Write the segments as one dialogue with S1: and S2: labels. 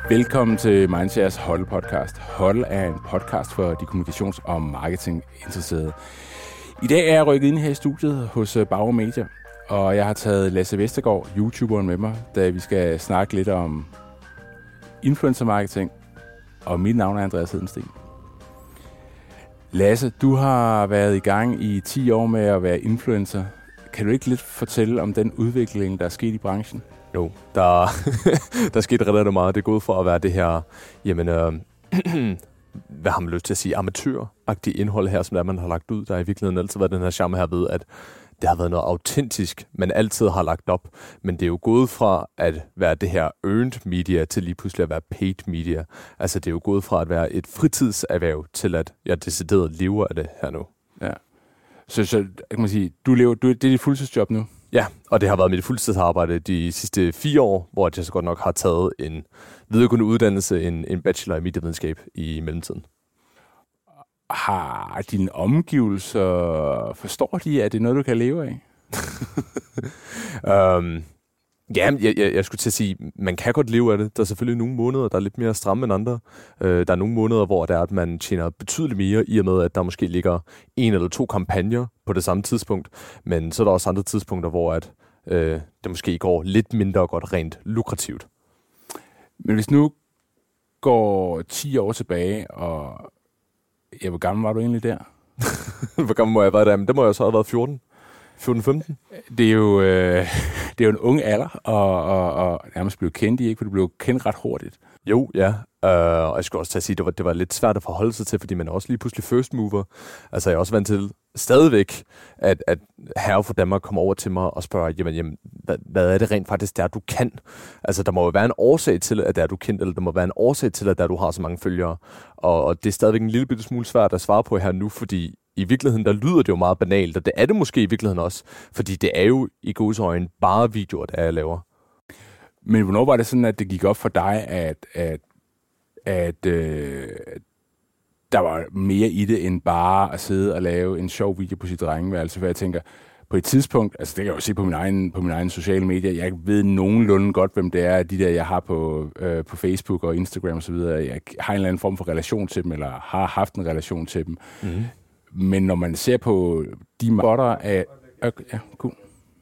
S1: Velkommen til Mindshares Huddle podcast. Huddle er en podcast for de kommunikations- og marketinginteresserede. I dag er jeg rykket ind her i studiet hos Bauer Media, og jeg har taget Lasse Vestergaard, YouTuberen, med mig, da vi skal snakke lidt om influencer marketing, og mit navn er Andreas Hedensten. Lasse, du har været i gang i 10 år med at være influencer. Kan du ikke lidt fortælle om den udvikling, der er sket i branchen?
S2: Jo, der er sket relativt meget. Det er gået fra at være det her, hvad har man lyst til at sige, amatøragtigt indhold her, som man har lagt ud. Der har i virkeligheden altid været den her charme her ved, at det har været noget autentisk, man altid har lagt op. Men det er jo gået fra at være det her earned media til lige pludselig at være paid media. Altså det er jo gået fra at være et fritidserhverv til at jeg decideret lever af det her nu.
S1: Ja. Så kan man sige, det er dit fuldtidsjob nu?
S2: Ja, og det har været mit fuldtidsarbejde de sidste 4 år, hvor jeg så godt nok har taget en videregående uddannelse, en bachelor i medievidenskab i mellemtiden.
S1: Har dine omgivelser, forstår de, at det er noget, du kan leve af?
S2: Jeg skulle til at sige, man kan godt leve af det. Der er selvfølgelig nogle måneder, der er lidt mere stramme end andre. Der er nogle måneder, hvor det er, at man tjener betydeligt mere, i og med, at der måske ligger 1 eller 2 kampagner på det samme tidspunkt. Men så er der også andre tidspunkter, hvor det måske går lidt mindre godt rent lukrativt.
S1: Men hvis nu går 10 år tilbage, og hvor gammel var du egentlig der?
S2: Hvor gammel må jeg være der? Men det må jeg så have været 14. 14-15?
S1: Det er jo en ung alder, og nærmest blev kendt i, ikke? For du blev kendt ret hurtigt.
S2: Jo, ja. Og jeg skulle også tage at sige, at det var lidt svært at forholde sig til, fordi man er også lige pludselig first mover. Altså jeg er også vant til stadigvæk, at herre fra Danmark kommer over til mig og spørger, jamen hvad er det rent faktisk, der du kan? Altså der må jo være en årsag til, at der er du kendt, eller der må være en årsag til, at der du har så mange følgere. Og det er stadigvæk en lille bitte smule svært at svare på her nu, fordi i virkeligheden, der lyder det jo meget banalt, og det er det måske i virkeligheden også, fordi det er jo i gåseøjne bare videoer, der jeg laver.
S1: Men hvornår var det sådan, at det gik op for dig, at der var mere i det, end bare at sidde og lave en sjov video på sit drengeværelse? For jeg tænker, på et tidspunkt, altså det kan jeg jo se på min egen sociale medier, jeg ved nogenlunde godt, hvem det er, de der, jeg har på Facebook og Instagram og så videre. Jeg har en eller anden form for relation til dem, eller har haft en relation til dem. Mm-hmm. Men når man ser på de spotter af... Ja, cool.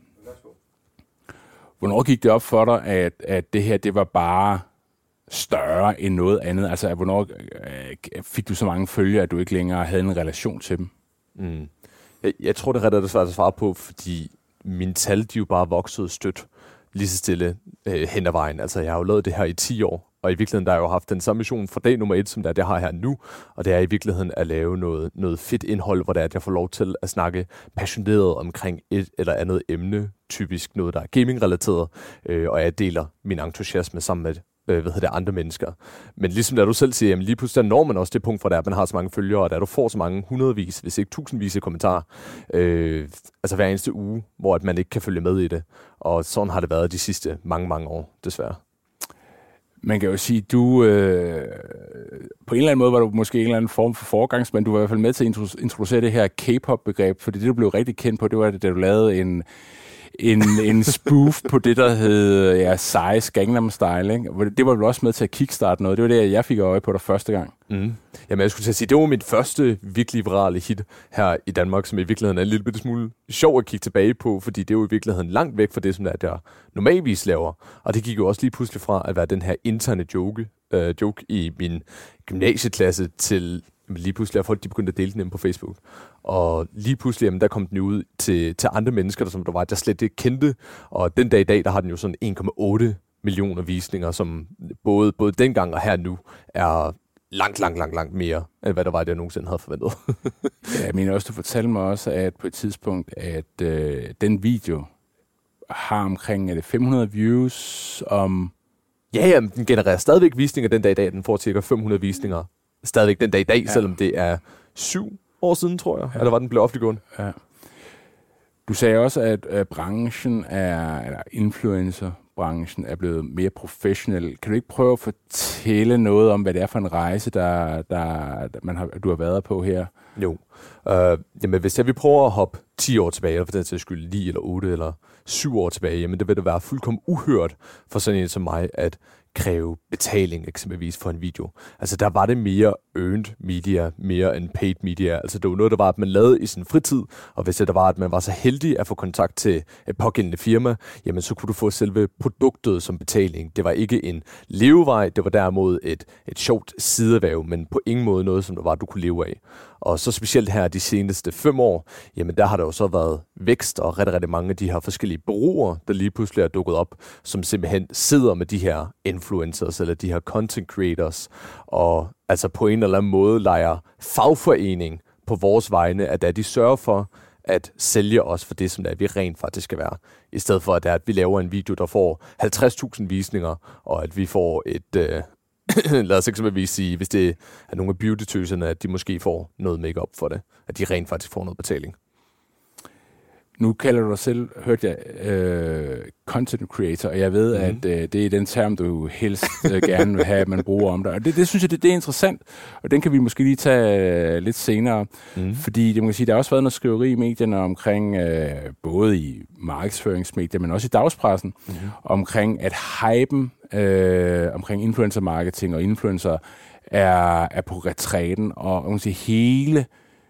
S1: Hvornår gik det op for dig, at det her, det var bare større end noget andet? Altså, hvornår fik du så mange følgere, at du ikke længere havde en relation til dem?
S2: Mm. Jeg tror, det er ret svært at svare på, fordi mine tal, de jo bare voksede stødt lige så stille hen ad vejen. Altså, jeg har jo lavet det her i 10 år, og i virkeligheden, der har jeg jo haft den samme mission fra dag nummer 1, som det har her nu, og det er i virkeligheden at lave noget fedt indhold, hvor det er, at jeg får lov til at snakke passioneret omkring et eller andet emne, typisk noget, der er gaming-relateret, og jeg deler min entusiasme sammen med andre mennesker. Men ligesom da du selv siger, jamen lige pludselig når man også det punkt, hvor det er, at man har så mange følgere, og da du får så mange hundredvis, hvis ikke tusindvis af kommentarer, altså hver eneste uge, hvor at man ikke kan følge med i det. Og sådan har det været de sidste mange år, desværre.
S1: Man kan jo sige, du på en eller anden måde var du måske en eller anden form for foregangsmand. Du var i hvert fald med til at introducere det her K-pop-begreb, fordi det, du blev rigtig kendt på, det var, da du lavede en spoof på det, der hed Psy's Gangnam Style, ikke? Det var vel også med til at kickstarte noget. Det var det, jeg fik øje på dig første gang. Mm.
S2: Jamen, jeg skulle til at sige, det var mit første virkelig virale hit her i Danmark, som i virkeligheden er en lille bitte smule sjov at kigge tilbage på, fordi det er jo i virkeligheden langt væk fra det, som jeg normalvis laver. Og det gik jo også lige pludselig fra at være den her interne joke i min gymnasieklasse til lige pludselig, at folk de begyndte at dele den inde på Facebook. Og lige pludselig, jamen, der kom den ud til andre mennesker, som der var, jeg slet ikke kendte. Og den dag i dag, der har den jo sådan 1,8 millioner visninger, som både dengang og her nu er langt mere, end hvad der var, det jeg nogensinde havde forventet.
S1: Ja, jeg mener også, du fortalte mig også, at på et tidspunkt, at den video har omkring 500 views om...
S2: Ja, den genererer stadigvæk visninger den dag i dag. Den får cirka 500 visninger stadigvæk den dag i dag, ja. Selvom det er 7 år siden, tror jeg, eller var den blev offentliggjort. Ja.
S1: Du sagde også, at branchen eller influencerbranchen er blevet mere professionel. Kan du ikke prøve at fortælle noget om, hvad det er for en rejse, du har været på her?
S2: Jo. Jamen, hvis jeg vil prøve at hoppe 10 år tilbage, eller for den sags skyld 9 eller 8 eller 7 år tilbage, jamen det vil det være fuldkommen uhørt for sådan en som mig, at kræve betaling eksempelvis for en video. Altså der var det mere earned media, mere end paid media. Altså det var noget, der var, at man lavede i sin fritid, og hvis det der var, at man var så heldig at få kontakt til et pågældende firma, jamen så kunne du få selve produktet som betaling. Det var ikke en levevej, det var derimod et sjovt sideerhverv, men på ingen måde noget, som der var, du kunne leve af. Og så specielt her de seneste 5 år, jamen der har der jo så været vækst, og rigtig mange af de her forskellige bureauer, der lige pludselig er dukket op, som simpelthen sidder med de her influencers, eller de her content creators, og altså på en eller anden måde leger fagforening på vores vegne, at de sørger for at sælge os for det, som det er, vi rent faktisk skal være. I stedet for, at vi laver en video, der får 50.000 visninger, og at vi får et... lad os eksempelvis sige, hvis det er nogle af beauty-tøserne, at de måske får noget make-up for det. At de rent faktisk får noget betaling.
S1: Nu kalder du dig selv, hørte jeg, content creator, og jeg ved, at det er den term, du helst gerne vil have, at man bruger om dig. Og det synes jeg, det er interessant, og den kan vi måske lige tage lidt senere. Fordi det må jeg sige, der har også været noget skriveri i medierne omkring, både i markedsføringsmedier, men også i dagspressen, omkring at hypen omkring influencer marketing og influencer er på retræten, og man kan sige, hele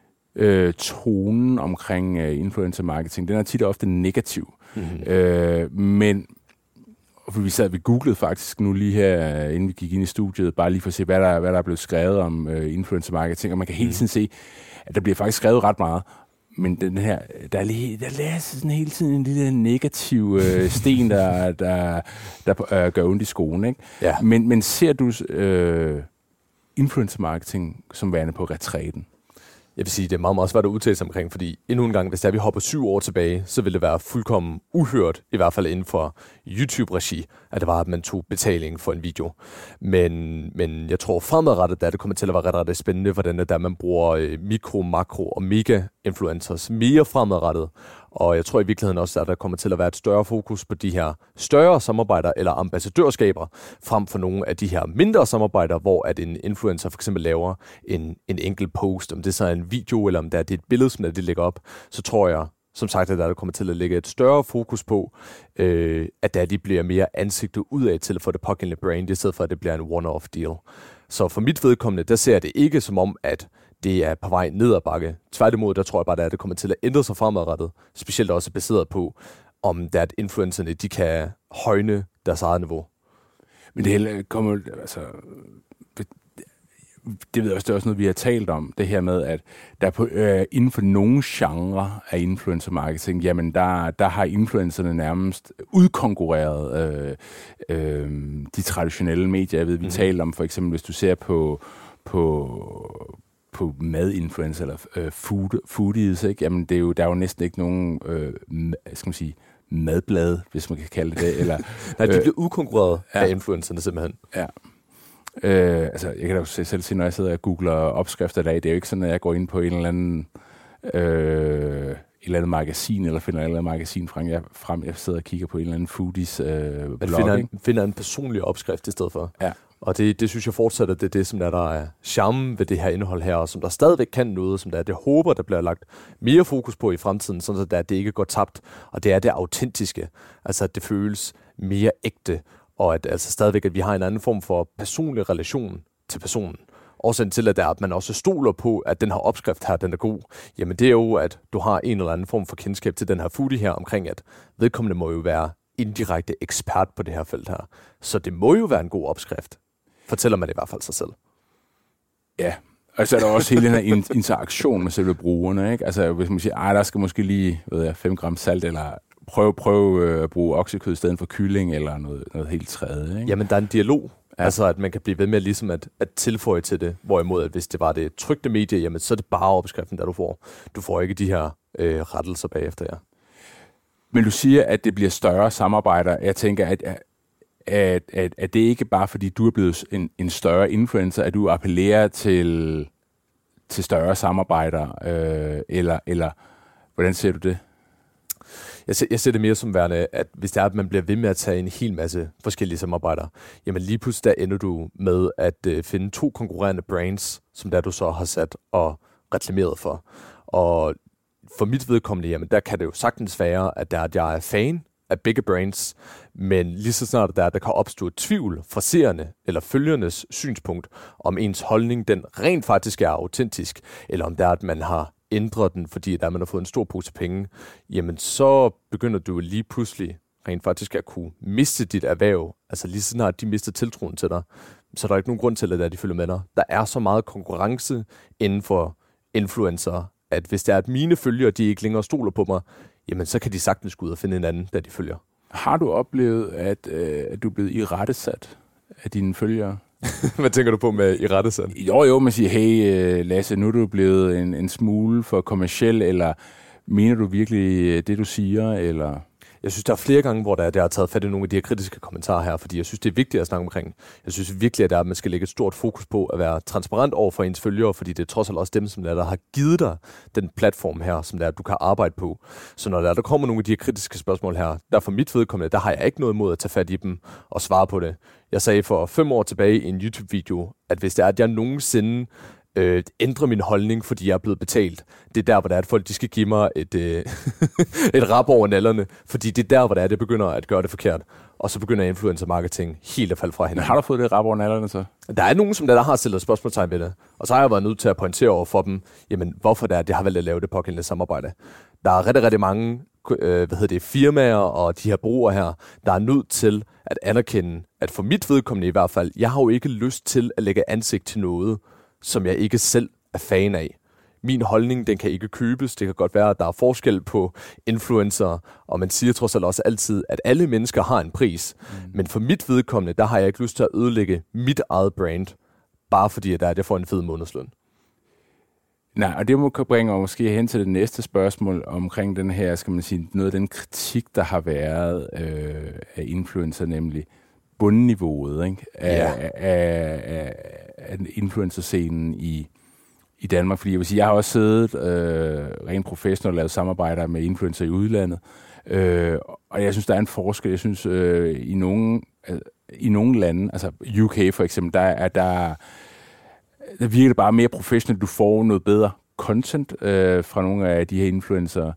S1: tonen omkring influencer marketing, den er tit og ofte negativ. Men for vi googlede faktisk nu lige her, inden vi gik ind i studiet, bare lige for at se, hvad der er blevet skrevet om influencer marketing, og man kan hele tiden se, at der bliver faktisk skrevet ret meget. Men den her, der er sådan hele tiden en lille negativ sten, der gør ondt i skoen, ikke? Ja. Men ser du influencer marketing som værende på retræten?
S2: Jeg vil sige, det er meget, meget svært at udtale sig omkring, fordi endnu en gang, hvis vi hopper 7 år tilbage, så ville det være fuldkommen uhørt, i hvert fald inden for YouTube-regi, at det var, at man tog betaling for en video. Men jeg tror fremadrettet, at det kommer til at være ret spændende, hvordan det er, man bruger mikro, makro og mega-influencers mere fremadrettet. Og jeg tror i virkeligheden også, at der kommer til at være et større fokus på de her større samarbejder eller ambassadørskaber, frem for nogle af de her mindre samarbejder, hvor at en influencer for eksempel laver en enkelt post, om det så er en video, eller om det er et billede, som de lægger op, så tror jeg, som sagt, at der kommer til at lægge et større fokus på, at de bliver mere ansigtet udad til for det pågældende brand, i stedet for, at det bliver en one-off deal. Så for mit vedkommende, der ser jeg det ikke som om, at det er på vej ned ad bakke. Tværtimod, der tror jeg bare, at det kommer til at ændre sig fremadrettet, specielt også baseret på, om at influencerne, de kan højne deres eget niveau.
S1: Men det hele kommer, altså, det ved jeg også, det er også noget, vi har talt om, det her med, at der på, inden for nogle genrer af influencer marketing, jamen der har influencerne nærmest udkonkurreret de traditionelle medier. Jeg ved, vi taler om, for eksempel, hvis du ser på madinfluencer eller foodies, ikke? Jamen der er jo næsten ikke nogen, skal man sige, madblade, hvis man kan kalde det. Eller,
S2: nej, de bliver udkonkurreret af influencerne simpelthen.
S1: Ja. Altså, jeg kan da jo selv sige, når jeg sidder og googler opskrifter i dag, det er jo ikke sådan, at jeg går ind på en eller anden et eller andet magasin, eller finder et eller andet magasin frem. Jeg sidder og kigger på en eller anden foodies blog.
S2: Finder en personlig opskrift i stedet for.
S1: Ja.
S2: Og det synes jeg fortsætter, det er det, som der er charmen ved det her indhold her, og som der stadigvæk kan noget, som det håber, der bliver lagt mere fokus på i fremtiden, sådan at det ikke går tabt, og det er det autentiske. Altså, at det føles mere ægte, og at altså stadigvæk, at vi har en anden form for personlig relation til personen. Årsagen til, at man også stoler på, at den her opskrift her, den er god, jamen det er jo, at du har en eller anden form for kendskab til den her foodie her, omkring at vedkommende må jo være indirekte ekspert på det her felt her. Så det må jo være en god opskrift. Fortæller man det i hvert fald sig selv.
S1: Ja, og så er der også hele den her interaktion med selve brugerne, ikke? Altså, hvis man siger, der skal måske lige 5 gram salt, eller prøve at bruge oksekød i stedet for kylling, eller noget helt tredje, ikke?
S2: Jamen, der er en dialog. Ja. Altså, at man kan blive ved med ligesom at tilføje til det. Hvorimod, at hvis det var det trykte medie, jamen, så er det bare opskriften, der du får. Du får ikke de her rettelser bagefter, ja.
S1: Men du siger, at det bliver større samarbejder. Jeg tænker, at det ikke bare fordi du er blevet en større influencer, at du appellerer til større samarbejder, eller hvordan ser du det?
S2: Jeg ser det mere som værende, at hvis det er, at man bliver ved med at tage en hel masse forskellige samarbejder, jamen lige pludselig der ender du med at finde 2 konkurrerende brands, som der du så har sat og reklameret for. Og for mit vedkommende, jamen der kan det jo sagtens være, at jeg er fan af begge brands, men lige så snart der kan opstå tvivl fra seerne eller følgernes synspunkt, om ens holdning den rent faktisk er autentisk, eller om det er, at man har ændret den, fordi der man har fået en stor pose penge, jamen så begynder du lige pludselig rent faktisk at kunne miste dit erhverv. Altså lige så snart de mister tiltroen til dig, så er der ikke nogen grund til, at de følger med dig. Der er så meget konkurrence inden for influencer, at hvis det er, at mine følgere, de ikke længere stoler på mig, jamen så kan de sagtens gå ud og finde en anden, der de følger. Har
S1: du oplevet, at du er blevet irettesat af dine følgere?
S2: Hvad tænker du på med irettesat?
S1: Jo, man siger, hey Lasse, nu er du blevet en smule for kommerciel, eller mener du virkelig det, du siger, eller...
S2: Jeg synes, der er flere gange, hvor der har taget fat i nogle af de her kritiske kommentarer her, fordi jeg synes, det er vigtigt at snakke omkring. Jeg synes virkelig, at man skal lægge et stort fokus på at være transparent over for ens følgere, fordi det er trods alt også dem, som der har givet dig den platform her, som der du kan arbejde på. Så når der kommer nogle af de her kritiske spørgsmål her, der for mit vedkommende, der har jeg ikke noget imod at tage fat i dem og svare på det. Jeg sagde for 5 år tilbage i en YouTube-video, at hvis det er, at jeg nogensinde ændre min holdning, fordi jeg er blevet betalt. Det er der, hvor det er, at folk de skal give mig et rap over nallerne, fordi det er der, hvor det er, det begynder at gøre det forkert. Og så begynder influencer marketing helt at falde fra hinanden.
S1: Men har du fået det rap over nallerne så?
S2: Der er nogen, som der har stillet spørgsmålstegn ved det. Og så har jeg været nødt til at pointere over for dem, jamen hvorfor det har valgt at lave det pågældende samarbejde. Der er rigtig, rigtig mange firmaer og de her brugere her, der er nødt til at anerkende, at for mit vedkommende i hvert fald, jeg har jo ikke lyst til at lægge ansigt til noget, som jeg ikke selv er fan af. Min holdning, den kan ikke købes. Det kan godt være, at der er forskel på influencer, og man siger trods alt også altid, at alle mennesker har en pris. Men for mit vedkommende, der har jeg ikke lyst til at ødelægge mit eget brand, bare fordi at jeg får en fed månedsløn.
S1: Nej, og det kan bringe os måske hen til det næste spørgsmål omkring den her, skal man sige, noget af den kritik, der har været af influencer, nemlig bundniveauet, ikke? Af influencer-scenen i Danmark. Fordi jeg vil sige, jeg har også siddet rent professionelt og lavet samarbejder med influencer i udlandet. Og jeg synes, der er en forskel. Jeg synes, i nogle lande, altså UK for eksempel, der virker det bare mere professionelt. Du får noget bedre content fra nogle af de her influencer,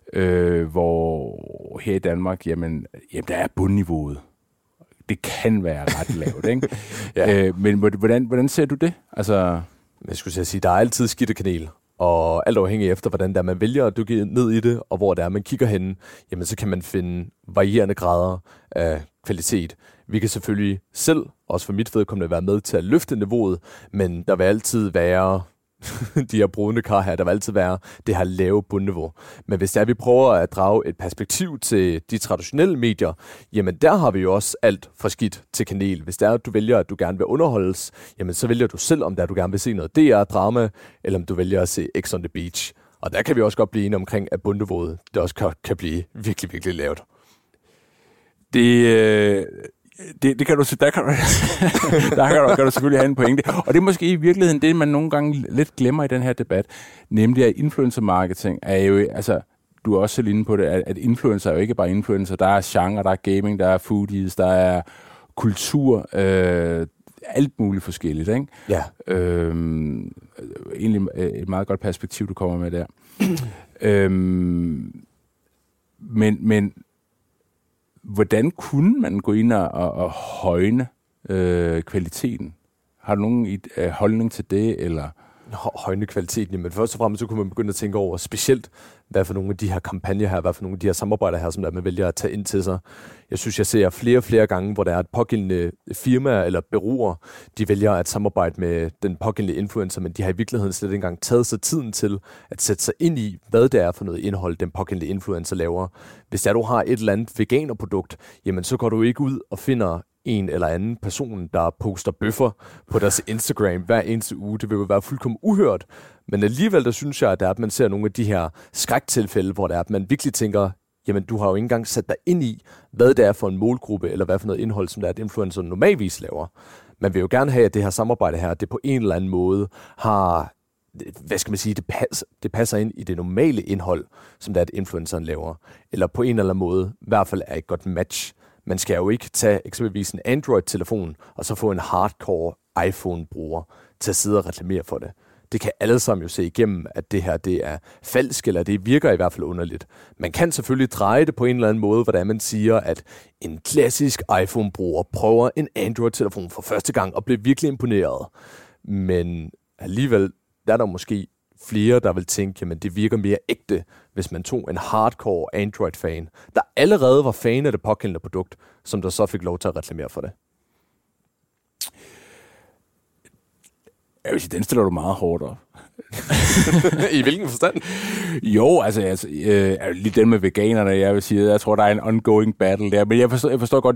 S1: hvor her i Danmark, jamen der er bundniveauet. Det kan være ret lavt, ikke? Ja. Men hvordan ser du det? Altså...
S2: Jeg skulle sige, der er altid skidte kanel, og alt afhængig efter, hvordan der man vælger at dykke ned i det, og hvor det er, man kigger hen, jamen så kan man finde varierende grader af kvalitet. Vi kan selvfølgelig selv, også for mit vedkommende, være med til at løfte niveauet, men der vil altid være de her brudne kar her, der vil altid være det her lave bundniveau. Men hvis der vi prøver at drage et perspektiv til de traditionelle medier, jamen der har vi jo også alt fra skidt til kanel. Hvis det er, at du vælger, at du gerne vil underholdes, jamen så vælger du selv, om det er, du gerne vil se noget DR-drama, eller om du vælger at se X on the Beach. Og der kan vi også godt blive enige omkring, at bundniveauet det også kan blive virkelig, virkelig lavt.
S1: Det kan du kan du selvfølgelig have en pointe. Og det er måske i virkeligheden det, man nogle gange lidt glemmer i den her debat, nemlig at influencer marketing er jo, altså du er også selv inde på det, at influencer er jo ikke bare influencer. Der er genre, der er gaming, der er foodies, der er kultur, alt muligt forskelligt, ikke?
S2: Ja.
S1: Egentlig et meget godt perspektiv, du kommer med der. Men hvordan kunne man gå ind og højne kvaliteten? Har du nogen holdning til det, eller?
S2: Højne kvaliteten, men først og fremmest så kunne man begynde at tænke over specielt, hvad for nogle af de her kampagner her, hvad for nogle af de her samarbejder her, som der man vælger at tage ind til sig. Jeg synes, jeg ser flere og flere gange, hvor der er et pågældende firma eller bureauer, de vælger at samarbejde med den pågældende influencer, men de har i virkeligheden slet ikke engang taget sig tiden til at sætte sig ind i, hvad det er for noget indhold, den pågældende influencer laver. Hvis der du har et eller andet veganerprodukt, jamen så går du ikke ud og finder en eller anden person, der poster bøffer på deres Instagram hver eneste uge. Det vil jo være fuldkommen uhørt. Men alligevel, der synes jeg, at man ser nogle af de her skræktilfælde, hvor det er, at man virkelig tænker, jamen du har jo ikke engang sat dig ind i, hvad det er for en målgruppe, eller hvad for noget indhold, som der er, at influencer normalvis laver. Man vil jo gerne have, at det her samarbejde her, det på en eller anden måde har, hvad skal man sige, det passer ind i det normale indhold, som der er, at influenceren laver. Eller på en eller anden måde, i hvert fald er et godt match. Man skal jo ikke tage eksempelvis en Android-telefon, og så få en hardcore iPhone-bruger til at sidde og reklamere for det. det kan alle sammen jo se igennem, at det her det er falsk, eller det virker i hvert fald underligt. Man kan selvfølgelig dreje det på en eller anden måde, hvordan man siger, at en klassisk iPhone-bruger prøver en Android-telefon for første gang og bliver virkelig imponeret. Men alligevel der er der måske flere, der vil tænke, jamen det virker mere ægte, hvis man tog en hardcore Android-fan, der allerede var fan af det pågældende produkt, som der så fik lov til at reklamere for det.
S1: Jeg vil sige, den stiller du meget hårdt op.
S2: I hvilken forstand?
S1: Jo, altså lige den med veganerne, jeg vil sige, jeg tror, der er en ongoing battle der, men jeg forstår godt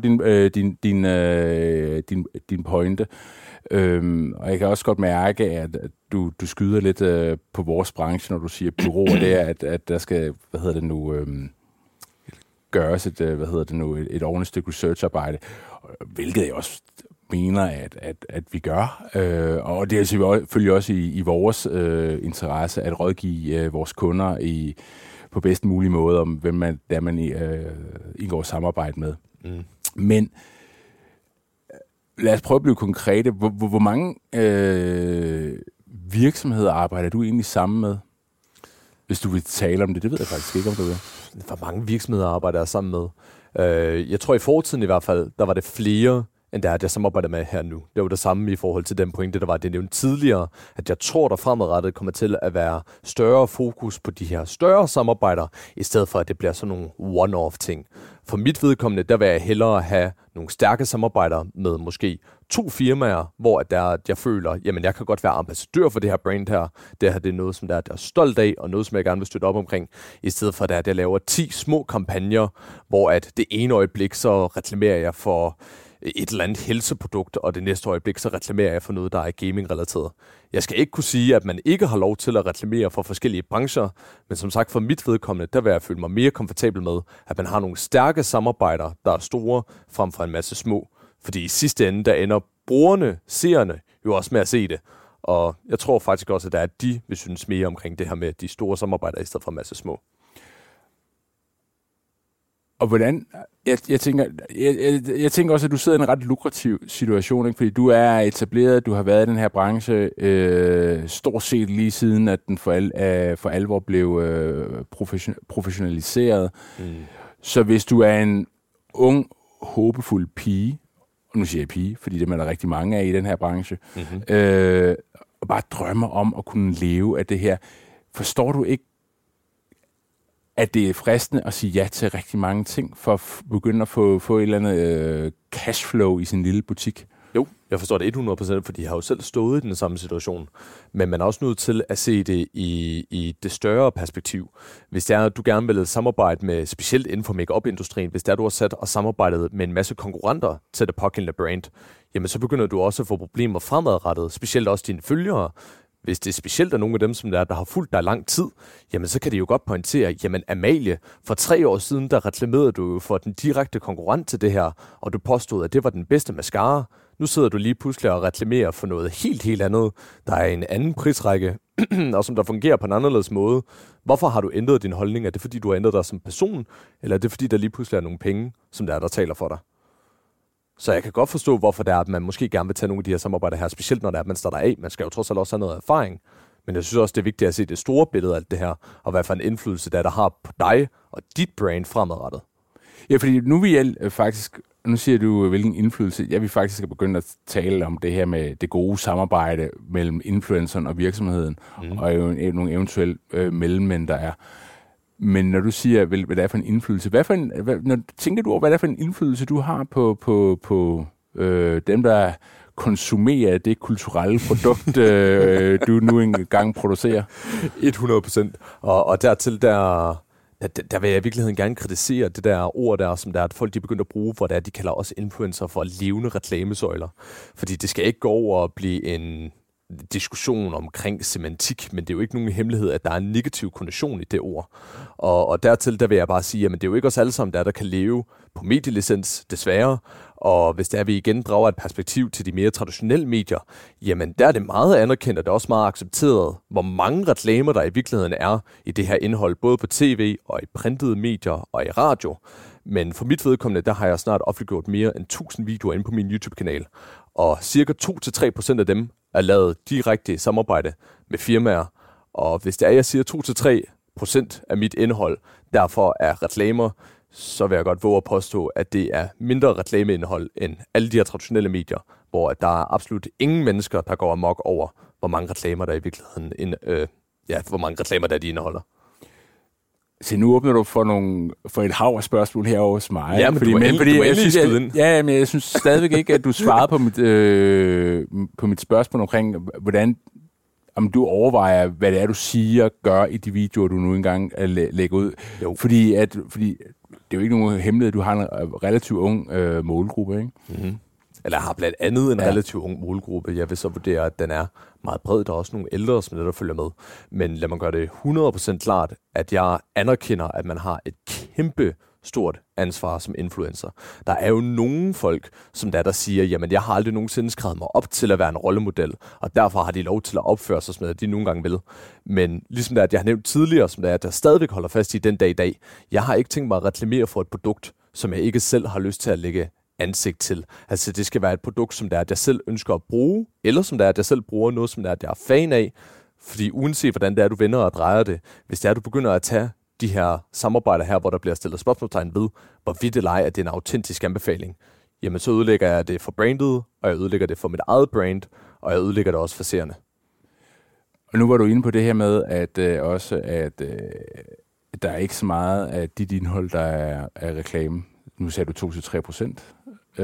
S1: din pointe. Og jeg kan også godt mærke, at du skyder lidt på vores branche, når du siger bureauer, det er, at der skal, gøres et ordentligt stykke researcharbejde, hvilket jeg også mener, at vi gør. Og det er selvfølgelig også i vores interesse at rådgive vores kunder på bedst mulig måde om, hvem man indgår samarbejde med. Mm. Men lad os prøve at blive konkrete. Hvor mange virksomheder arbejder du egentlig sammen med? Hvis du vil tale om det, det ved jeg faktisk ikke, om du vil.
S2: Hvor mange virksomheder arbejder jeg sammen med? Jeg tror i fortiden i hvert fald, der var det flere, end der er, jeg samarbejder med her nu. Det var det samme i forhold til den pointe, der var det nævnt tidligere, at jeg tror, der fremadrettet kommer til at være større fokus på de her større samarbejder, i stedet for, at det bliver sådan nogle one-off ting. For mit vedkommende, der vil jeg hellere have nogle stærke samarbejder med måske 2 firmaer, hvor jeg føler, jamen jeg kan godt være ambassadør for det her brand her. Det her det er noget, som jeg er stolt af, og noget, som jeg gerne vil støtte op omkring, i stedet for at jeg laver 10 små kampagner, hvor at det ene øjeblik, så reklamerer jeg for et eller andet helseprodukt, og det næste øjeblik, så reklamerer jeg for noget, der er gaming-relateret. Jeg skal ikke kunne sige, at man ikke har lov til at reklamere for forskellige brancher, men som sagt for mit vedkommende, der vil jeg føle mig mere komfortabel med, at man har nogle stærke samarbejder, der er store, frem for en masse små. Fordi i sidste ende, der ender brugerne, seerne, jo også med at se det. Og jeg tror faktisk også, at der er de vil synes mere omkring det her med de store samarbejder, i stedet for en masse små.
S1: Og hvordan, jeg tænker også, at du sidder i en ret lukrativ situation, ikke? Fordi du er etableret, du har været i den her branche stort set lige siden, at den for alvor blev professionaliseret. Mm. Så hvis du er en ung, håbefuld pige, og nu siger jeg pige, fordi det er der rigtig mange af i den her branche, og bare drømmer om at kunne leve af det her, forstår du ikke, at det er fristende at sige ja til rigtig mange ting, for at begynde at få et eller andet cashflow i sin lille butik?
S2: Jo, jeg forstår det 100%, fordi jeg har jo selv stået i den samme situation. Men man er også nødt til at se det i det større perspektiv. Hvis det er, at du gerne vil samarbejde med, specielt inden for make-up-industrien, hvis det er, du har sat og samarbejdet med en masse konkurrenter til det pågældende brand, jamen så begynder du også at få problemer fremadrettet, specielt også dine følgere. Hvis det specielt er nogle af dem, som der har fulgt dig lang tid, jamen så kan de jo godt pointere, jamen Amalie, for 3 år siden, der reklamerede du jo for den direkte konkurrent til det her, og du påstod, at det var den bedste mascara. Nu sidder du lige pludselig og reklamerer for noget helt andet, der er en anden prisrække, og som der fungerer på en anderledes måde. Hvorfor har du ændret din holdning? Er det fordi, du har ændret dig som person, eller er det fordi, der lige pludselig er nogle penge, som der taler for dig? Så jeg kan godt forstå, hvorfor det er, at man måske gerne vil tage nogle af de her samarbejder her, specielt når det er, at man starter af. Man skal jo trods alt også have noget erfaring. Men jeg synes også, det er vigtigt at se det store billede af alt det her, og hvad for en indflydelse der har på dig og dit brand fremadrettet.
S1: Ja, fordi nu vil jeg faktisk, nu siger du, hvilken indflydelse, jeg vil faktisk begynde at tale om det her med det gode samarbejde mellem influenceren og virksomheden, og nogle eventuelle mellemmænd, der er. Men når du siger, hvad det er for en indflydelse, tænker du over, hvad det er for en indflydelse, du har på dem, der konsumerer det kulturelle produkt, du nu engang producerer?
S2: 100%. Og dertil, der vil jeg i virkeligheden gerne kritisere det der ord der, som der er, at folk de begynder at bruge, hvor det er, de kalder også influencer for levende reklamesøjler. Fordi det skal ikke gå over at blive en diskussion omkring semantik, men det er jo ikke nogen hemmelighed, at der er en negativ konnotation i det ord. Og dertil, der vil jeg bare sige, at det er jo ikke os alle sammen, der kan leve på medielicens, desværre. Og hvis der vi igen drager et perspektiv til de mere traditionelle medier, jamen der er det meget anerkendt, og det er også meget accepteret, hvor mange reklamer der i virkeligheden er i det her indhold, både på tv og i printede medier og i radio. Men for mit vedkommende, der har jeg snart offentliggjort mere end 1000 videoer inde på min YouTube-kanal. Og cirka 2-3% af dem er lavet direkte i samarbejde med firmaer. Og hvis det er, jeg siger 2-3% af mit indhold, derfor er reklamer, så vil jeg godt våge at påstå, at det er mindre reklameindhold end alle de her traditionelle medier, hvor der er absolut ingen mennesker, der går amok over, hvor mange reklamer der i virkeligheden hvor mange reklamer der de indeholder.
S1: Så nu åbner du for et hav af spørgsmål herovre hos mig.
S2: Ja, men
S1: jeg synes stadigvæk ikke, at du svarede på mit spørgsmål omkring, hvordan om du overvejer, hvad det er, du siger, gør i de videoer, du nu engang lægger ud. Jo. Fordi det er jo ikke nogen hemmelighed, du har en relativt ung målgruppe, ikke?
S2: Mm-hmm. Eller har blandt andet en relativt ung målgruppe. Jeg vil så vurdere, at den er meget bred. Der er også nogle ældre, som der følger med. Men lad mig gøre det 100% klart, at jeg anerkender, at man har et kæmpe stort ansvar som influencer. Der er jo nogle folk, som der siger, jamen jeg har aldrig nogensinde skrevet mig op til at være en rollemodel, og derfor har de lov til at opføre sig, som de nogle gange vil. Men ligesom det, at jeg har nævnt tidligere, som det er, at jeg stadigvæk holder fast i den dag i dag, jeg har ikke tænkt mig at reklamere for et produkt, som jeg ikke selv har lyst til at lægge ansigt til. Altså det skal være et produkt, som det er, at jeg selv ønsker at bruge, eller som det er, at jeg selv bruger noget, som det er, at jeg er fan af. Fordi uanset hvordan det er, du vender og drejer det, hvis det er, at du begynder at tage de her samarbejder her, hvor der bliver stillet spørgsmålstegn ved, hvorvidt eller ej, at det er en autentisk anbefaling, jamen så ødelægger jeg det for brandet, og jeg ødelægger det for mit eget brand, og jeg ødelægger det også for seerne.
S1: Og nu var du inde på det her med, at der er ikke så meget af dit indhold, der er reklame. Nu sagde du 2-3%.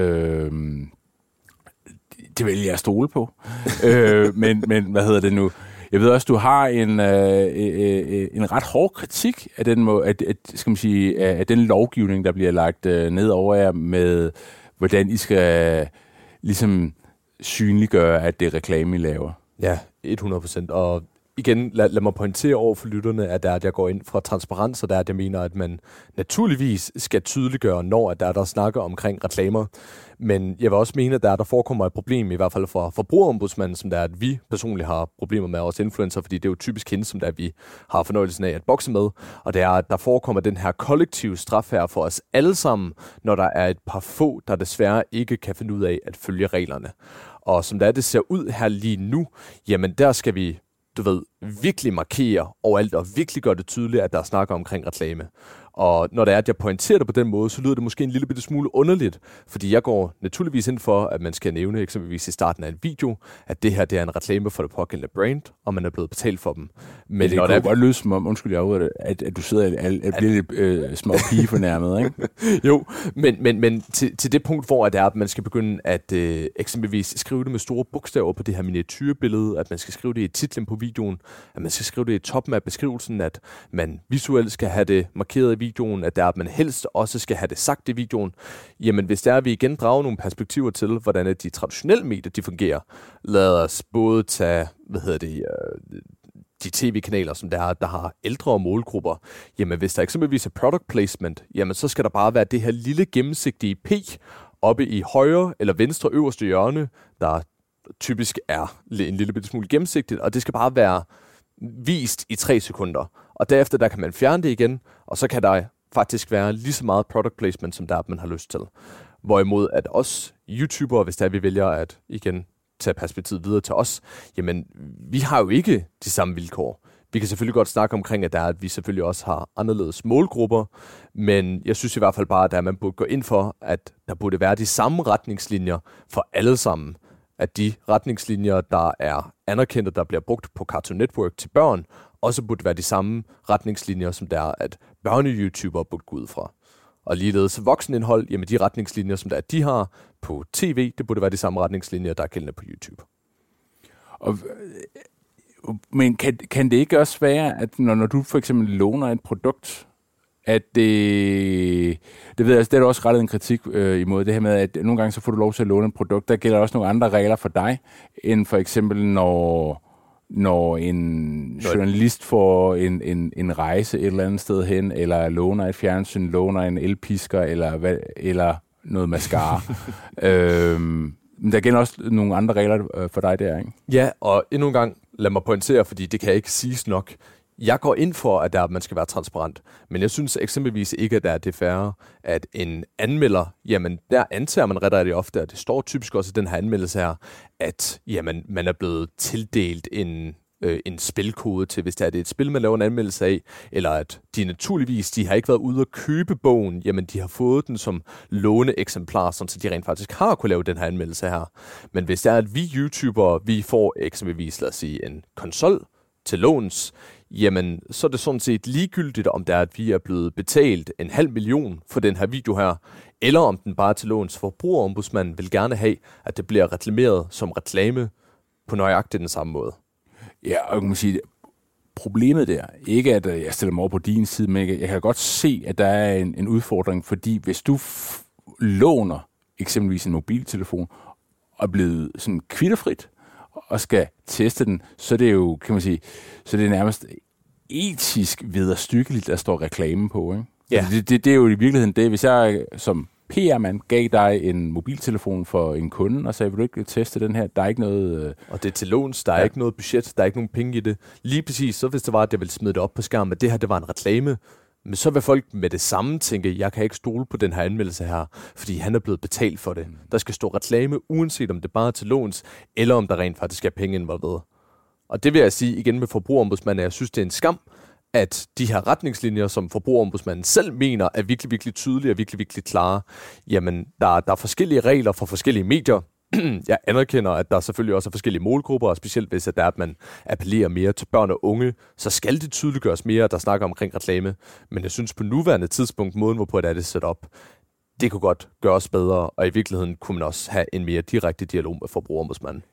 S1: Det vælger jeg at stole på. Men hvad hedder det nu? Jeg ved også, du har en ret hård kritik af af den lovgivning, der bliver lagt ned over jer med, hvordan I skal ligesom synliggøre, at det er reklame, I laver.
S2: Ja, 100%. Og igen, lad mig pointere over for lytterne, at jeg går ind fra transparens, og der at jeg mener, at man naturligvis skal tydeliggøre, når der snakker omkring reklamer. Men jeg vil også mene, at der forekommer et problem, i hvert fald for forbrugerombudsmanden, som der er, at vi personligt har problemer med os influencer, fordi det er jo typisk hende, som der vi har fornøjelsen af at bokse med. Og det er, at der forekommer den her kollektive straf her for os alle sammen, når der er et par få, der desværre ikke kan finde ud af at følge reglerne. Og som det ser ud her lige nu, jamen der skal vi virkelig markere overalt og virkelig gøre det tydeligt, at der er snakker omkring reklame. Og når det er, at jeg pointerer det på den måde, så lyder det måske en lille bitte smule underligt, fordi jeg går naturligvis ind for, at man skal nævne eksempelvis i starten af en video, at det her det er en reklame for det pågældende brand, og man er blevet betalt for dem.
S1: Men det kan godt lyde som om, undskyld jeg overhovedet, at du sidder og bliver lidt små pige fornærmet, ikke?
S2: Jo, men til det punkt, hvor det er, at man skal begynde at eksempelvis skrive det med store bogstaver på det her miniaturbillede, at man skal skrive det i titlen på videoen, at man skal skrive det i toppen af beskrivelsen, at man visuelt skal have det markeret i videoen, at man helst også skal have det sagt i videoen. Jamen hvis der vi igen drager nogle perspektiver til, hvordan de traditionelle medier de fungerer, lad os både tage, de tv-kanaler, som der har ældre målgrupper. Jamen hvis der eksempelvis er product placement, jamen så skal der bare være det her lille gennemsigtige P oppe i højre eller venstre øverste hjørne, der typisk er en lille bitte smule gennemsigtigt, og det skal bare være vist i 3 sekunder. Og derefter der kan man fjerne det igen, og så kan der faktisk være lige så meget product placement, som man har lyst til. Hvorimod at os YouTubere, hvis vi vælger at igen tage perspektivet videre til os, jamen vi har jo ikke de samme vilkår. Vi kan selvfølgelig godt snakke omkring, at vi selvfølgelig også har anderledes målgrupper, men jeg synes i hvert fald bare, at man burde gå ind for, at der burde være de samme retningslinjer for alle sammen. At de retningslinjer, der er anerkendte, der bliver brugt på Cartoon Network til børn, også burde være de samme retningslinjer, som der er, at børne-YouTubere burde gå ud fra. Og ligeledes voksenindhold, jamen de retningslinjer, som der er, de har på tv, det burde være de samme retningslinjer, der er gældende på YouTube.
S1: Men kan det ikke også være, at når du for eksempel låner et produkt, at det ved jeg, det er der også rettet en kritik imod det her med, at nogle gange så får du lov til at låne et produkt. Der gælder også nogle andre regler for dig, end for eksempel når en journalist får en rejse et eller andet sted hen, eller låner et fjernsyn, låner en elpisker, eller noget mascara. Men der gælder også nogle andre regler for dig der, ikke?
S2: Ja, og endnu en gang, lad mig pointere, fordi det kan ikke siges nok. Jeg går ind for, at man skal være transparent, men jeg synes eksempelvis ikke, at det er fair, at en anmelder, jamen der antager man ret ofte, at det står typisk også i den her anmeldelse her, at jamen, man er blevet tildelt en spilkode til, hvis det er et spil, man laver en anmeldelse af, eller at de har ikke været ude at købe bogen, jamen de har fået den som låneeksemplar, så de rent faktisk har kunne lave den her anmeldelse her. Men hvis det er, at vi YouTubere, vi får eksempelvis, lad os sige, en konsol til låns, jamen så er det sådan set ligegyldigt, om det er, at vi er blevet betalt 500.000 for den her video her, eller om den bare er til låns. Forbrugerombudsmanden vil gerne have, at det bliver reklameret som reklame på nøjagtigt den samme måde.
S1: Ja, og jeg kan sige, problemet der, ikke at jeg stiller mig over på din side, men jeg kan godt se, at der er en udfordring, fordi hvis du låner eksempelvis en mobiltelefon, og er blevet sådan kvitterfrit, og skal teste den, så er det jo, kan man sige, så det er nærmest etisk vederstykkeligt, der står reklame på, ikke?
S2: Ja.
S1: Det er jo i virkeligheden det, hvis jeg som PR-mand gav dig en mobiltelefon for en kunde, og sagde, vil du ikke teste den her? Der er ikke noget...
S2: Og det er til låns, der er ikke noget budget, der er ikke nogen penge i det. Lige præcis, så hvis det var, at jeg ville smide det op på skærmen, at det her, det var en reklame, men så vil folk med det samme tænke, jeg kan ikke stole på den her anmeldelse her, fordi han er blevet betalt for det. Der skal stå reklame, uanset om det bare er til låns, eller om der rent faktisk er penge involveret. Og det vil jeg sige igen med forbrugerombudsmanden, at jeg synes, det er en skam, at de her retningslinjer, som forbrugerombudsmanden selv mener, er virkelig, virkelig tydelige og virkelig, virkelig klare. Jamen, der er forskellige regler for forskellige medier. Jeg anerkender, at der selvfølgelig også er forskellige målgrupper, og specielt hvis det er, at man appellerer mere til børn og unge, så skal det tydeliggøres mere, der snakker omkring reklame. Men jeg synes på nuværende tidspunkt, måden hvorpå det sat op, det kunne godt gøres bedre, og i virkeligheden kunne man også have en mere direkte dialog med forbrugerombudsmanden.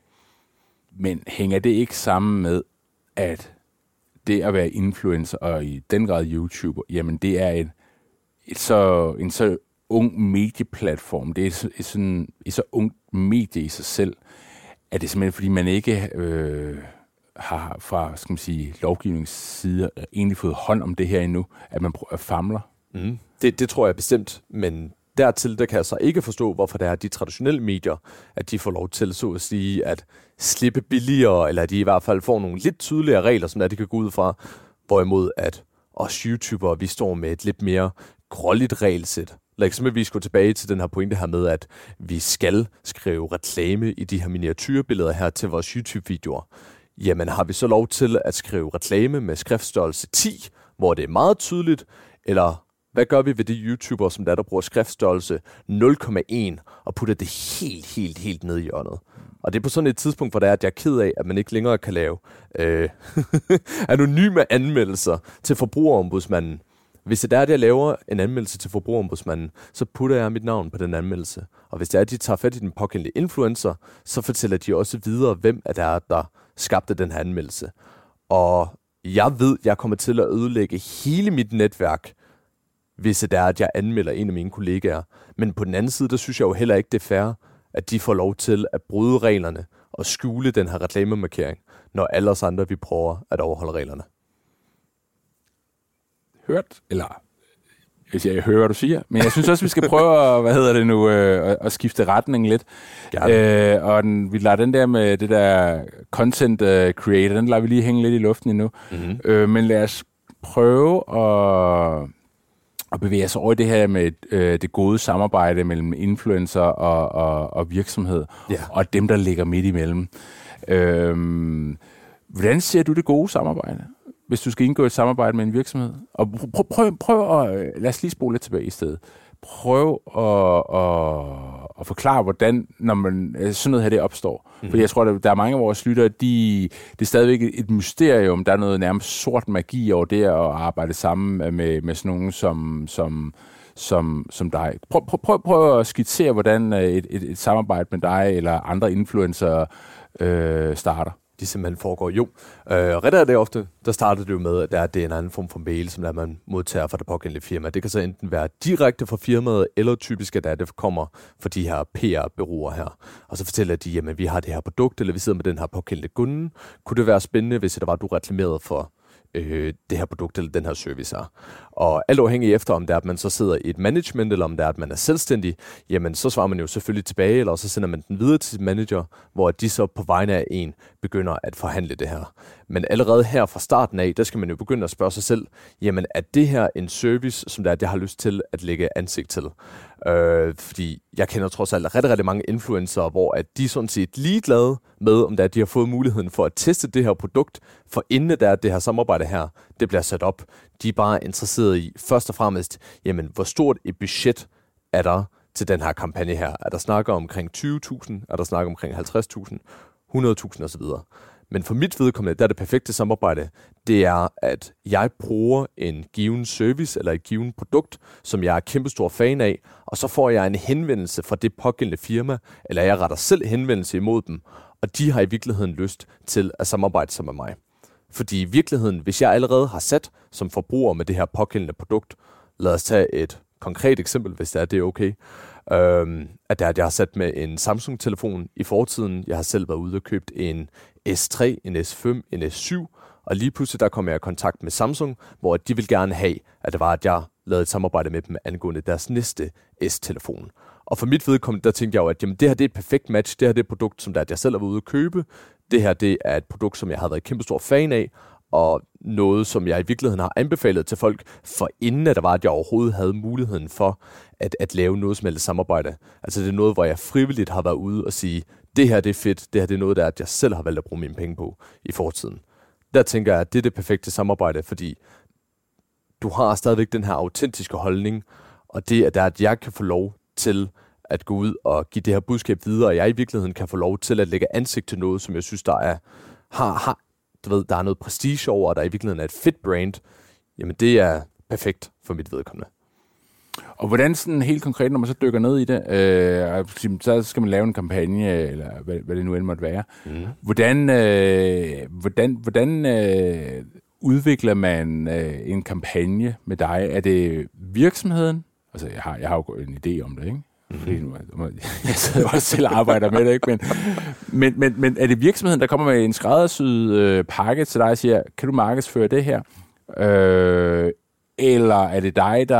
S1: Men hænger det ikke sammen med, at det at være influencer, og i den grad YouTuber, jamen det er en så ung medieplatform, det er et så ungt medie i sig selv, at det simpelthen, fordi man ikke har fra, skal man sige, lovgivningsside egentlig fået hånd om det her endnu, at man famler.
S2: Mm. Det tror jeg bestemt, men dertil, der kan jeg så ikke forstå, hvorfor det er de traditionelle medier, at de får lov til, så at sige, at slippe billigere, eller at de i hvert fald får nogle lidt tydeligere regler, som de kan gå ud fra, hvorimod at os YouTubere, vi står med et lidt mere gråligt regelsæt. Lad eksempelvis gå tilbage til den her pointe her med, at vi skal skrive reklame i de her miniatyrbilleder her til vores YouTube-videoer. Jamen har vi så lov til at skrive reklame med skriftstørrelse 10, hvor det er meget tydeligt, eller hvad gør vi ved de YouTubere, som der bruger skriftstørrelse 0,1 og putter det helt ned i hjørnet? Og det er på sådan et tidspunkt, hvor det er, at jeg er ked af, at man ikke længere kan lave anonyme anmeldelser til forbrugerombudsmanden. Hvis det er, at jeg laver en anmeldelse til forbrugerombudsmanden, så putter jeg mit navn på den anmeldelse. Og hvis det er, at de tager fat i den pågældende influencer, så fortæller de også videre, hvem er der skabte den her anmeldelse. Og jeg ved, at jeg kommer til at ødelægge hele mit netværk, hvis det er, at jeg anmelder en af mine kollegaer. Men på den anden side, der synes jeg jo heller ikke, det er fair, at de får lov til at bryde reglerne og skjule den her reklamemarkering, når alle os andre, vi prøver at overholde reglerne.
S1: Hørt, eller jeg hører, hvad du siger, men jeg synes også, vi skal prøve at skifte retning lidt. Og vi lader den der med det der content creator, den lader vi lige hænge lidt i luften endnu. Mm-hmm. Men lad os prøve at bevæge os over i det her med det gode samarbejde mellem influencer og virksomhed, og dem, der ligger midt imellem. Hvordan ser du det gode samarbejde, hvis du skal indgå et samarbejde med en virksomhed? Og prøv at... Lad os lige spole lidt tilbage i stedet. Prøv at forklare, hvordan når man, sådan noget her det opstår. Mm-hmm. Fordi jeg tror, der er mange af vores lyttere, det er stadigvæk et mysterium. Der er noget nærmest sort magi over det at arbejde sammen med sådan nogen som dig. Prøv at skitsere, hvordan et samarbejde med dig eller andre influencer starter.
S2: De simpelthen foregår. Jo, ret er det ofte, der starter det jo med, at det er en anden form for mail, som man modtager fra det pågældende firma. Det kan så enten være direkte fra firmaet, eller typisk, at det kommer fra de her PR-bureauer her. Og så fortæller de, jamen vi har det her produkt, eller vi sidder med den her pågældende kunde. Kunne det være spændende, hvis det var, du reklamerede for det her produkt eller den her service her. Og alt afhængig efter, om det er, at man så sidder i et management, eller om det er, at man er selvstændig, jamen så svarer man jo selvfølgelig tilbage, eller så sender man den videre til sin manager, hvor de så på vegne af en begynder at forhandle det her. Men allerede her fra starten af, der skal man jo begynde at spørge sig selv, jamen er det her en service, som det er, jeg har lyst til at lægge ansigt til? Fordi jeg kender trods alt rigtig, rigtig mange influencer, hvor at de er sådan set ligeglade med, om det er, de har fået muligheden for at teste det her produkt, for inden der det her samarbejde her, det bliver sat op. De er bare interesseret i, først og fremmest, jamen hvor stort et budget er der til den her kampagne her? Er der snakker omkring 20.000? Er der snakker omkring 50.000? 100.000 osv.? Men for mit vedkommende, der er det perfekte samarbejde, det er, at jeg bruger en given service eller et given produkt, som jeg er kæmpestor fan af, og så får jeg en henvendelse fra det pågældende firma, eller jeg retter selv henvendelse imod dem, og de har i virkeligheden lyst til at samarbejde sammen med mig. Fordi i virkeligheden, hvis jeg allerede har sat som forbruger med det her pågældende produkt, lad os tage et konkret eksempel, hvis det er okay, at jeg har sat med en Samsung-telefon i fortiden. Jeg har selv været ude og købt en S3, en S5, en S7, og lige pludselig der kom jeg i kontakt med Samsung, hvor de vil gerne have, at det var, at jeg lavede et samarbejde med dem angående deres næste S-telefon. Og for mit vedkommende, der tænkte jeg jo, at jamen, det her det er et perfekt match. Det her det er et produkt, som jeg selv har været ude at købe. Det her det er et produkt, som jeg har været et kæmpe stor fan af, og noget, som jeg i virkeligheden har anbefalet til folk, for inden at der var, at jeg overhovedet havde muligheden for at lave noget som helst samarbejde. Altså det er noget, hvor jeg frivilligt har været ude og sige, det her det er fedt, det her det er noget, der er, at jeg selv har valgt at bruge mine penge på i fortiden. Der tænker jeg, at det er det perfekte samarbejde, fordi du har stadigvæk den her autentiske holdning, og det er, at jeg kan få lov til at gå ud og give det her budskab videre, og jeg i virkeligheden kan få lov til at lægge ansigt til noget, som jeg synes, der er der er noget prestige over, og der i virkeligheden er et fedt brand, jamen det er perfekt for mit vedkommende.
S1: Og hvordan sådan helt konkret, når man så dykker ned i det, så skal man lave en kampagne, eller hvad det nu end måtte være. Hvordan udvikler man en kampagne med dig? Er det virksomheden? Altså, jeg har jo en idé om det, ikke? Fordi nu, jeg sidder også selv og arbejder med det, ikke? Men er det virksomheden, der kommer med en skræddersyet pakke til dig og siger, kan du markedsføre det her? Eller er det dig,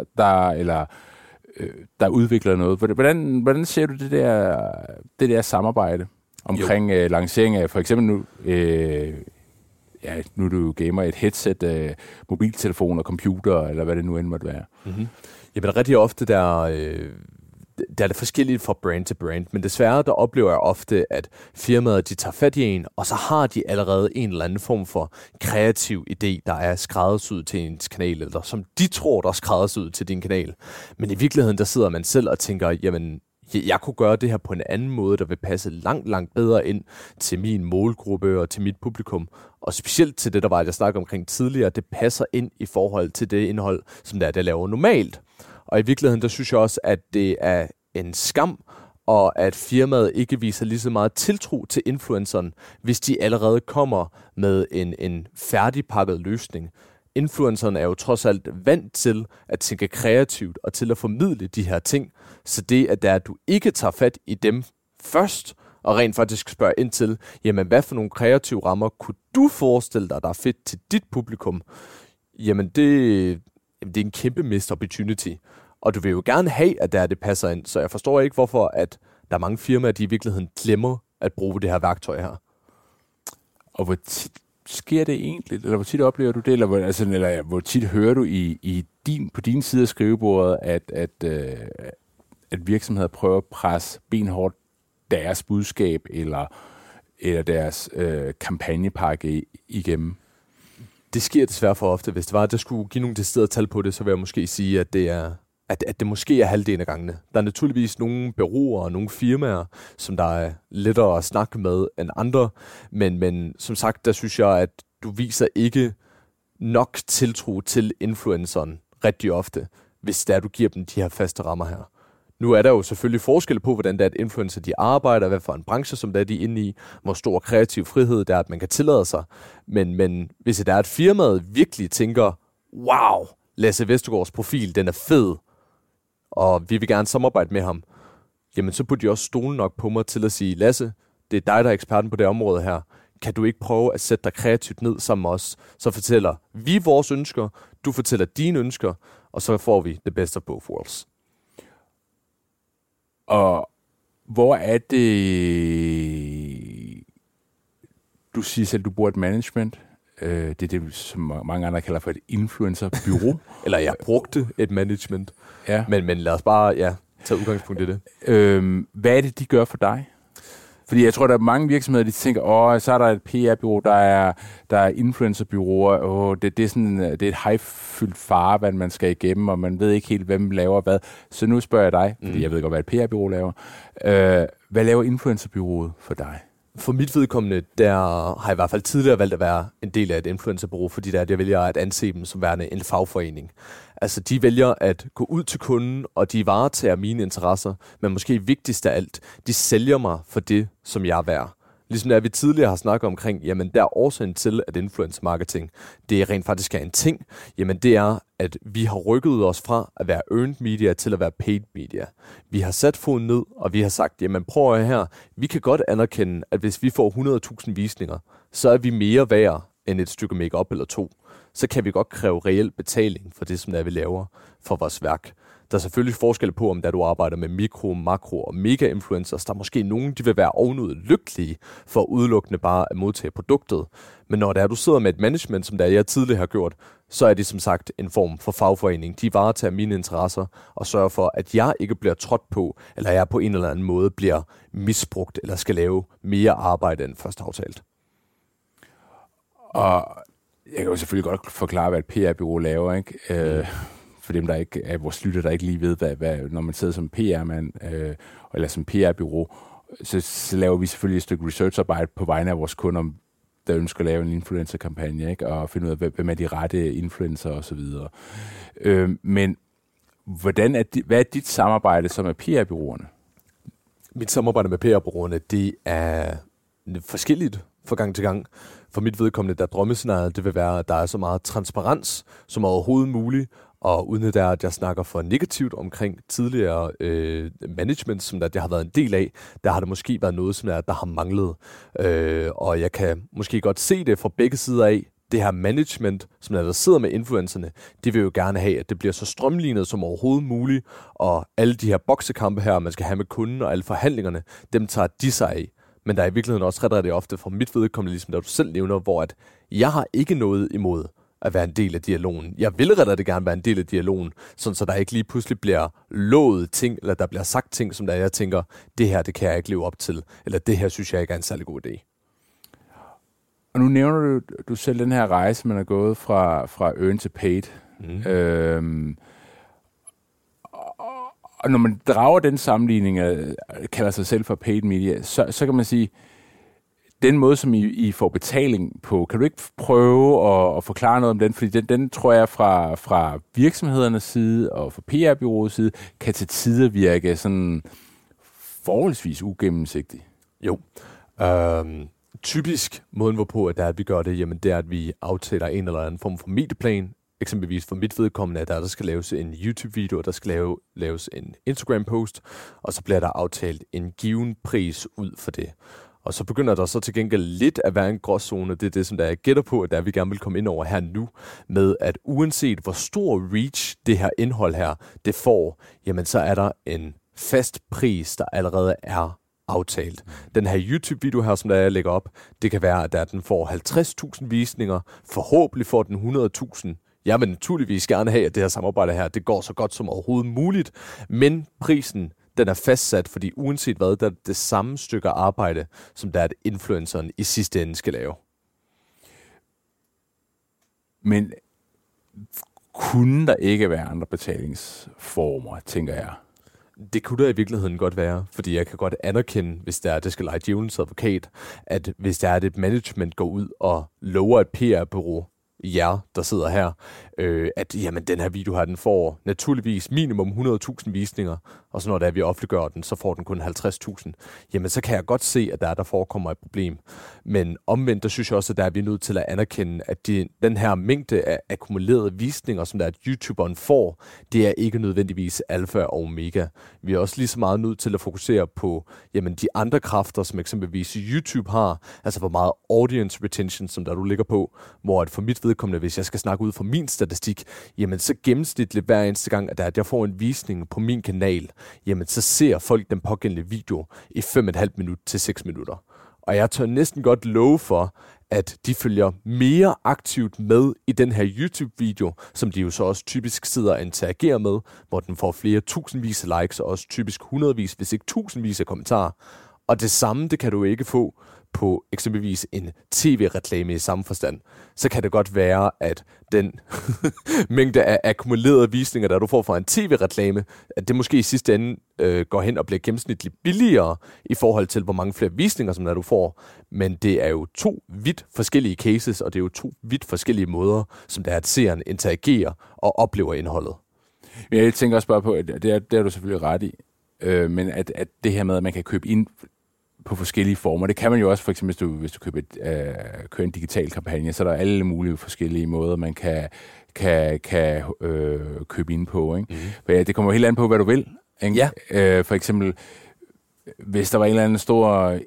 S1: der udvikler noget? Hvordan ser du det der samarbejde omkring lancering af for eksempel nu... nu er du gamer, et headset, mobiltelefon og computer, eller hvad det nu end måtte være.
S2: Mm-hmm. Jamen rigtig ofte, der er det forskelligt fra brand til brand, men desværre, der oplever jeg ofte, at firmaet, de tager fat i en, og så har de allerede en eller anden form for kreativ idé, der er skræddersyet til ens kanal, eller som de tror, der er skræddersyet til din kanal. Men i virkeligheden, der sidder man selv og tænker, jamen, jeg kunne gøre det her på en anden måde, der vil passe langt, langt bedre ind til min målgruppe og til mit publikum. Og specielt til det, der var, jeg snakkede omkring tidligere, det passer ind i forhold til det indhold, som det laver normalt. Og i virkeligheden, der synes jeg også, at det er en skam, og at firmaet ikke viser lige så meget tiltro til influenceren, hvis de allerede kommer med en færdigpakket løsning. Influenceren er jo trods alt vant til at tænke kreativt og til at formidle de her ting. Så det, at du ikke tager fat i dem først, og rent faktisk spørger ind til, jamen hvad for nogle kreative rammer kunne du forestille dig, der er fedt til dit publikum? Jamen det er en kæmpe missed opportunity. Og du vil jo gerne have, at det passer ind. Så jeg forstår ikke, hvorfor at der er mange firmaer, de i virkeligheden glemmer at bruge det her værktøj her.
S1: Og hvor tit sker det egentlig? Eller hvor tit oplever du det? Eller hvor tit hører du på din side af skrivebordet, at virksomheder prøver at presse benhårdt deres budskab eller deres kampagnepakke igennem?
S2: Det sker desværre for ofte. Hvis det var, at der skulle give nogle deciderede tal på det, så vil jeg måske sige, at det måske er halvdelen af gangene. Der er naturligvis nogle bureauer og nogle firmaer, som der er lettere at snakke med end andre, men som sagt, der synes jeg, at du viser ikke nok tiltro til influenceren rigtig ofte, hvis det er, du giver dem de her faste rammer her. Nu er der jo selvfølgelig forskel på, hvordan det er, at influencer de arbejder, hvad for en branche, som det er, de er inde i, hvor stor kreativ frihed det er, at man kan tillade sig. Men hvis det er, at firmaet virkelig tænker, wow, Lasse Vestergaards profil, den er fed, og vi vil gerne samarbejde med ham, jamen så burde de også stole nok på mig til at sige, Lasse, det er dig, der er eksperten på det område her. Kan du ikke prøve at sætte dig kreativt ned sammen med os? Så fortæller vi vores ønsker, du fortæller dine ønsker, og så får vi the best of both worlds. Og
S1: hvor er det, Du siger selv, du bruger et management. Det er det, som mange andre kalder for et influencerbureau.
S2: Eller jeg brugte et management.
S1: Ja.
S2: Men lad os bare tage udgangspunkt i det.
S1: Hvad er det, de gør for dig? Fordi jeg tror, der er mange virksomheder, de tænker, så er der et PR-bureau, der er influencerbureauer, det er sådan, det er et hejfyldt farvand, man skal igennem, og man ved ikke helt, hvem laver hvad. Så nu spørger jeg dig, fordi jeg ved godt, hvad et PR-bureau laver. Hvad laver influencerbureauet for dig?
S2: For mit vedkommende, der har jeg i hvert fald tidligere valgt at være en del af et influencerbureau, fordi jeg vælger at anse dem som værende en fagforening. Altså, de vælger at gå ud til kunden, og de varetager mine interesser, men måske vigtigst af alt, de sælger mig for det, som jeg er værd. Ligesom der vi tidligere har snakket omkring, jamen der er årsagen til, at influencer marketing, det rent faktisk er en ting, jamen det er, at vi har rykket os fra at være earned media til at være paid media. Vi har sat foden ned, og vi har sagt, jamen prøv at her, vi kan godt anerkende, at hvis vi får 100.000 visninger, så er vi mere værd end et stykke make-up eller 2. Så kan vi godt kræve reel betaling for det, som vi laver for vores værk. Der er selvfølgelig forskel på, om du arbejder med mikro, makro og mega-influencers. Der er måske nogen, de vil være ovenud lykkelige for udelukkende bare at modtage produktet. Men når du sidder med et management, som jeg tidligere har gjort, så er det som sagt en form for fagforening. De varetager mine interesser og sørger for, at jeg ikke bliver trådt på, eller jeg på en eller anden måde bliver misbrugt, eller skal lave mere arbejde end først aftalt.
S1: Og jeg kan jo selvfølgelig godt forklare, hvad et PR-bureau laver, ikke? For dem, der ikke er vores lytter, der ikke lige ved, hvad når man sidder som PR-mand eller som PR-bureau, så laver vi selvfølgelig et stykke researcharbejde på vegne af vores kunder, der ønsker at lave en influencer-kampagne, ikke? Og finde ud af, hvem er de rette influencer og så videre. Men hvad er dit samarbejde som er PR-bureauerne?
S2: Mit samarbejde med PR-bureauerne, det er forskelligt fra gang til gang. For mit vedkommende, der drømmescenariet, det vil være, at der er så meget transparens som overhovedet muligt, og uden at jeg snakker for negativt omkring tidligere management, som jeg har været en del af, der har det måske været noget, som der har manglet. Og jeg kan måske godt se det fra begge sider af. Det her management, som der sidder med influencerne, de vil jo gerne have, at det bliver så strømlignet som overhovedet muligt, og alle de her boksekampe her, man skal have med kunden og alle forhandlingerne, dem tager de sig af. Men der er i virkeligheden også ret ofte fra mit vedkommende, ligesom der du selv nævner, hvor at jeg har ikke noget imod at være en del af dialogen. Jeg vil det gerne være en del af dialogen, sådan så der ikke lige pludselig bliver lovet ting, eller der bliver sagt ting, som der jeg tænker, det her, det kan jeg ikke leve op til, eller det her synes jeg ikke er en særlig god idé.
S1: Og nu nævner du selv den her rejse, man er gået fra earn til paid. Og når man drager den sammenligning, kalder sig selv for paid media, så kan man sige, den måde, som I får betaling på, kan du ikke prøve at forklare noget om den? Fordi den tror jeg fra virksomhedernes side og fra PR-bureauets side, kan til tider virke sådan forholdsvis ugennemsigtig.
S2: Jo. Typisk måden, hvorpå at vi gør det, jamen det er, at vi aftaler en eller anden form for medieplan. Eksempelvis for mit vedkommende, at der skal laves en YouTube-video, og der skal laves en Instagram-post, og så bliver der aftalt en given pris ud for det. Og så begynder der så til gengæld lidt at være en gråzone. Det er det, som der jeg gætter på, at vi gerne vil komme ind over her nu, med at uanset hvor stor reach det her indhold her, det får, jamen så er der en fast pris, der allerede er aftalt. Den her YouTube-video her, som der jeg lægger op, det kan være, at den får 50.000 visninger, forhåbentlig får den 100.000. Jeg vil naturligvis gerne have, at det her samarbejde her, det går så godt som overhovedet muligt, men prisen, den er fastsat, fordi uanset hvad, der er det samme stykke arbejde, som der er, at influenceren i sidste ende skal lave.
S1: Men kunne der ikke være andre betalingsformer, tænker jeg?
S2: Det kunne der i virkeligheden godt være, fordi jeg kan godt anerkende, hvis det skal lege djævelens advokat, at hvis der er et management går ud og lover et PR-bureau, jer, der sidder her, at jamen, den her video her, den får naturligvis minimum 100.000 visninger, og så når vi offentliggør den, så får den kun 50.000. Jamen, så kan jeg godt se, at der forekommer et problem. Men omvendt, der synes jeg også, at vi er nødt til at anerkende, at den her mængde af akkumulerede visninger, som der at YouTuberen får, det er ikke nødvendigvis alfa og omega. Vi er også lige så meget nødt til at fokusere på jamen, de andre kræfter, som eksempelvis YouTube har, altså hvor meget audience retention, som der du ligger på, hvor for mit vedkommende, hvis jeg skal snakke ud fra min statistik, jamen så gennemsnitligt hver eneste gang, at jeg får en visning på min kanal, jamen så ser folk den pågældende video i 5,5 minutter til 6 minutter. Og jeg tør næsten godt love for, at de følger mere aktivt med i den her YouTube-video, som de jo så også typisk sidder og interagerer med, hvor den får flere tusindvis af likes, og også typisk hundredvis, hvis ikke tusindvis af kommentarer. Og det samme, det kan du ikke få på eksempelvis en tv-reklame i samme forstand. Så kan det godt være, at den mængde af akkumulerede visninger, der du får fra en tv-reklame, at det måske i sidste ende går hen og bliver gennemsnitligt billigere i forhold til, hvor mange flere visninger, som der du får. Men det er jo 2 vidt forskellige cases, og det er jo 2 vidt forskellige måder, som der er, at seeren interagerer og oplever indholdet.
S1: Jeg tænker også bare på, at det er du selvfølgelig ret i, men at det her med, at man kan købe ind på forskellige former. Det kan man jo også, for eksempel, hvis du køber kører en digital kampagne, så er der alle mulige forskellige måder, man kan købe ind på. Ikke? For det kommer helt an på, hvad du vil. Ikke? Ja. For eksempel, hvis der var en eller anden stor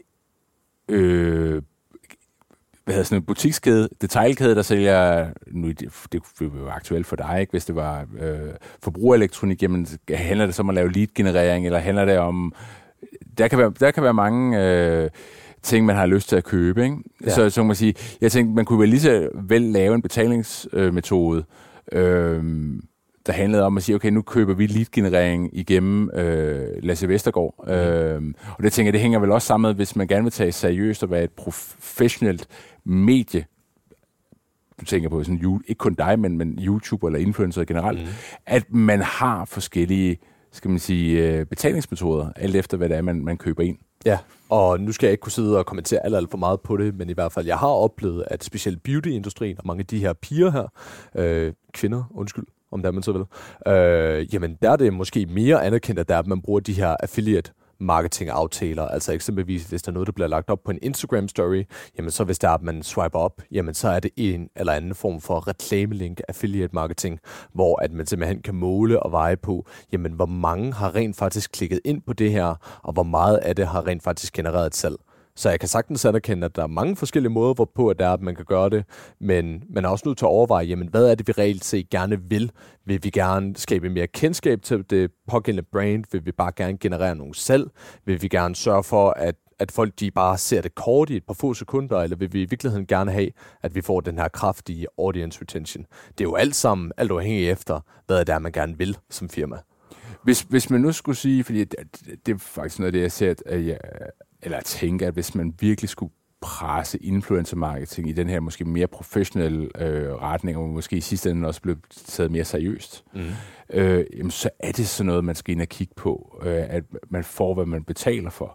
S1: sådan en butikskæde, detailkæde, der sælger, nu det vil jo aktuelt for dig, ikke? Hvis det var forbrugerelektronik, jamen handler det så om at lave lead-generering, eller handler det om der kan være mange ting, man har lyst til at købe, ikke? Ja. Så kan man sige, jeg tænkte, man kunne vel lige så vel lave en betalingsmetode, der handlede om at sige, okay, nu køber vi lead-generering igennem Lasse Vestergaard. Og det tænker jeg, det hænger vel også sammen med, hvis man gerne vil tage seriøst og være et professionelt medie. Du tænker på sådan, ikke kun dig, men YouTuber eller influencer generelt, at man har forskellige, skal man sige, betalingsmetoder, alt efter hvad det er, man køber ind.
S2: Ja, og nu skal jeg ikke kunne sidde og kommentere alt for meget på det, men i hvert fald, jeg har oplevet, at specielt beauty-industrien og mange af de her piger her, kvinder, om der man så vil, jamen der er det måske mere anerkendt, at man bruger de her affiliate marketing-aftaler, altså eksempelvis, hvis der er noget, der bliver lagt op på en Instagram-story, jamen så hvis der er, at man swiper op, jamen så er det en eller anden form for reklamelink, affiliate-marketing, hvor at man simpelthen kan måle og veje på, jamen hvor mange har rent faktisk klikket ind på det her, og hvor meget af det har rent faktisk genereret et salg. Så jeg kan sagtens anerkende, at der er mange forskellige måder, hvorpå at man kan gøre det, men man er også nødt til at overveje, jamen, hvad er det, vi reelt set gerne vil? Vil vi gerne skabe mere kendskab til det pågældende brand? Vil vi bare gerne generere nogle salg? Vil vi gerne sørge for, at folk de bare ser det kort i et par få sekunder, eller vil vi i virkeligheden gerne have, at vi får den her kraftige audience retention? Det er jo alt sammen alt afhængigt efter, hvad det er, man gerne vil som firma.
S1: Hvis man nu skulle sige, fordi det er faktisk noget af det, jeg ser, eller tænker, at hvis man virkelig skulle presse influencer-marketing i den her måske mere professionelle retning, og måske i sidste ende også blev taget mere seriøst, jamen, så er det sådan noget, man skal ind og kigge på, at man får, hvad man betaler for.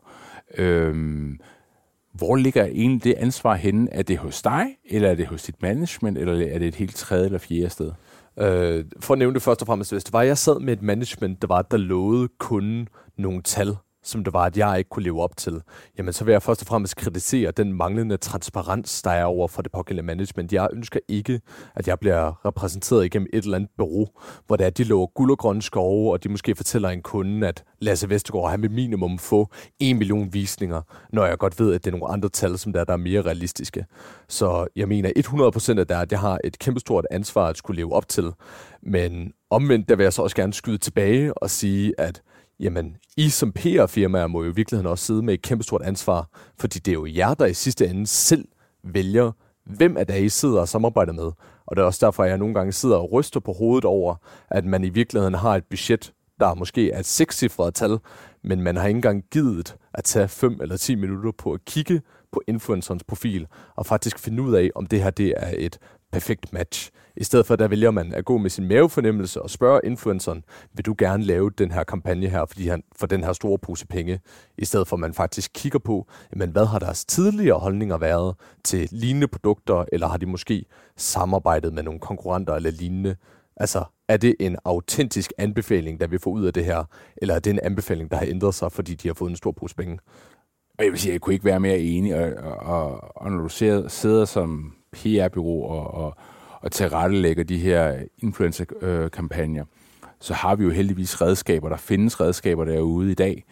S1: Hvor ligger egentlig det ansvar henne? Er det hos dig, eller er det hos dit management, eller er det et helt tredje eller fjerde sted?
S2: For at nævne det først og fremmest, hvis det var, jeg sad med et management, der lovede kunden nogle tal, som det var, at jeg ikke kunne leve op til, jamen så vil jeg først og fremmest kritisere den manglende transparens, der er over for det pågældende management. Jeg ønsker ikke, at jeg bliver repræsenteret igennem et eller andet bureau, hvor det er, de lover guld og grønne skove, og de måske fortæller en kunde, at Lasse Vestergaard, han vil minimum få 1 million visninger, når jeg godt ved, at det er nogle andre tal, som der er mere realistiske. Så jeg mener 100% af det, at jeg har et kæmpestort ansvar at skulle leve op til. Men omvendt, der vil jeg så også gerne skyde tilbage og sige, at jamen, I som PR-firmaer må jo i virkeligheden også sidde med et kæmpestort ansvar, fordi det er jo jer, der i sidste ende selv vælger, hvem af det I sidder og samarbejder med. Og det er også derfor, at jeg nogle gange sidder og ryster på hovedet over, at man i virkeligheden har et budget, der måske er et 6-cifret tal, men man har ikke engang givet at tage 5 eller 10 minutter på at kigge på influencerens profil, og faktisk finde ud af, om det her det er et perfekt match. I stedet for, der vælger man at gå med sin mavefornemmelse og spørge influenceren, vil du gerne lave den her kampagne her, fordi han får den her store pose penge, i stedet for, at man faktisk kigger på, jamen, hvad har deres tidligere holdninger været til lignende produkter, eller har de måske samarbejdet med nogle konkurrenter eller lignende? Altså, er det en autentisk anbefaling, der vi får ud af det her, eller er det en anbefaling, der har ændret sig, fordi de har fået en stor pose penge?
S1: Og jeg vil sige, jeg kunne ikke være mere enig, og når du sidder som PR-bureau og tilrettelægger de her influencer-kampagner, så har vi jo heldigvis redskaber. Der findes redskaber derude i dag,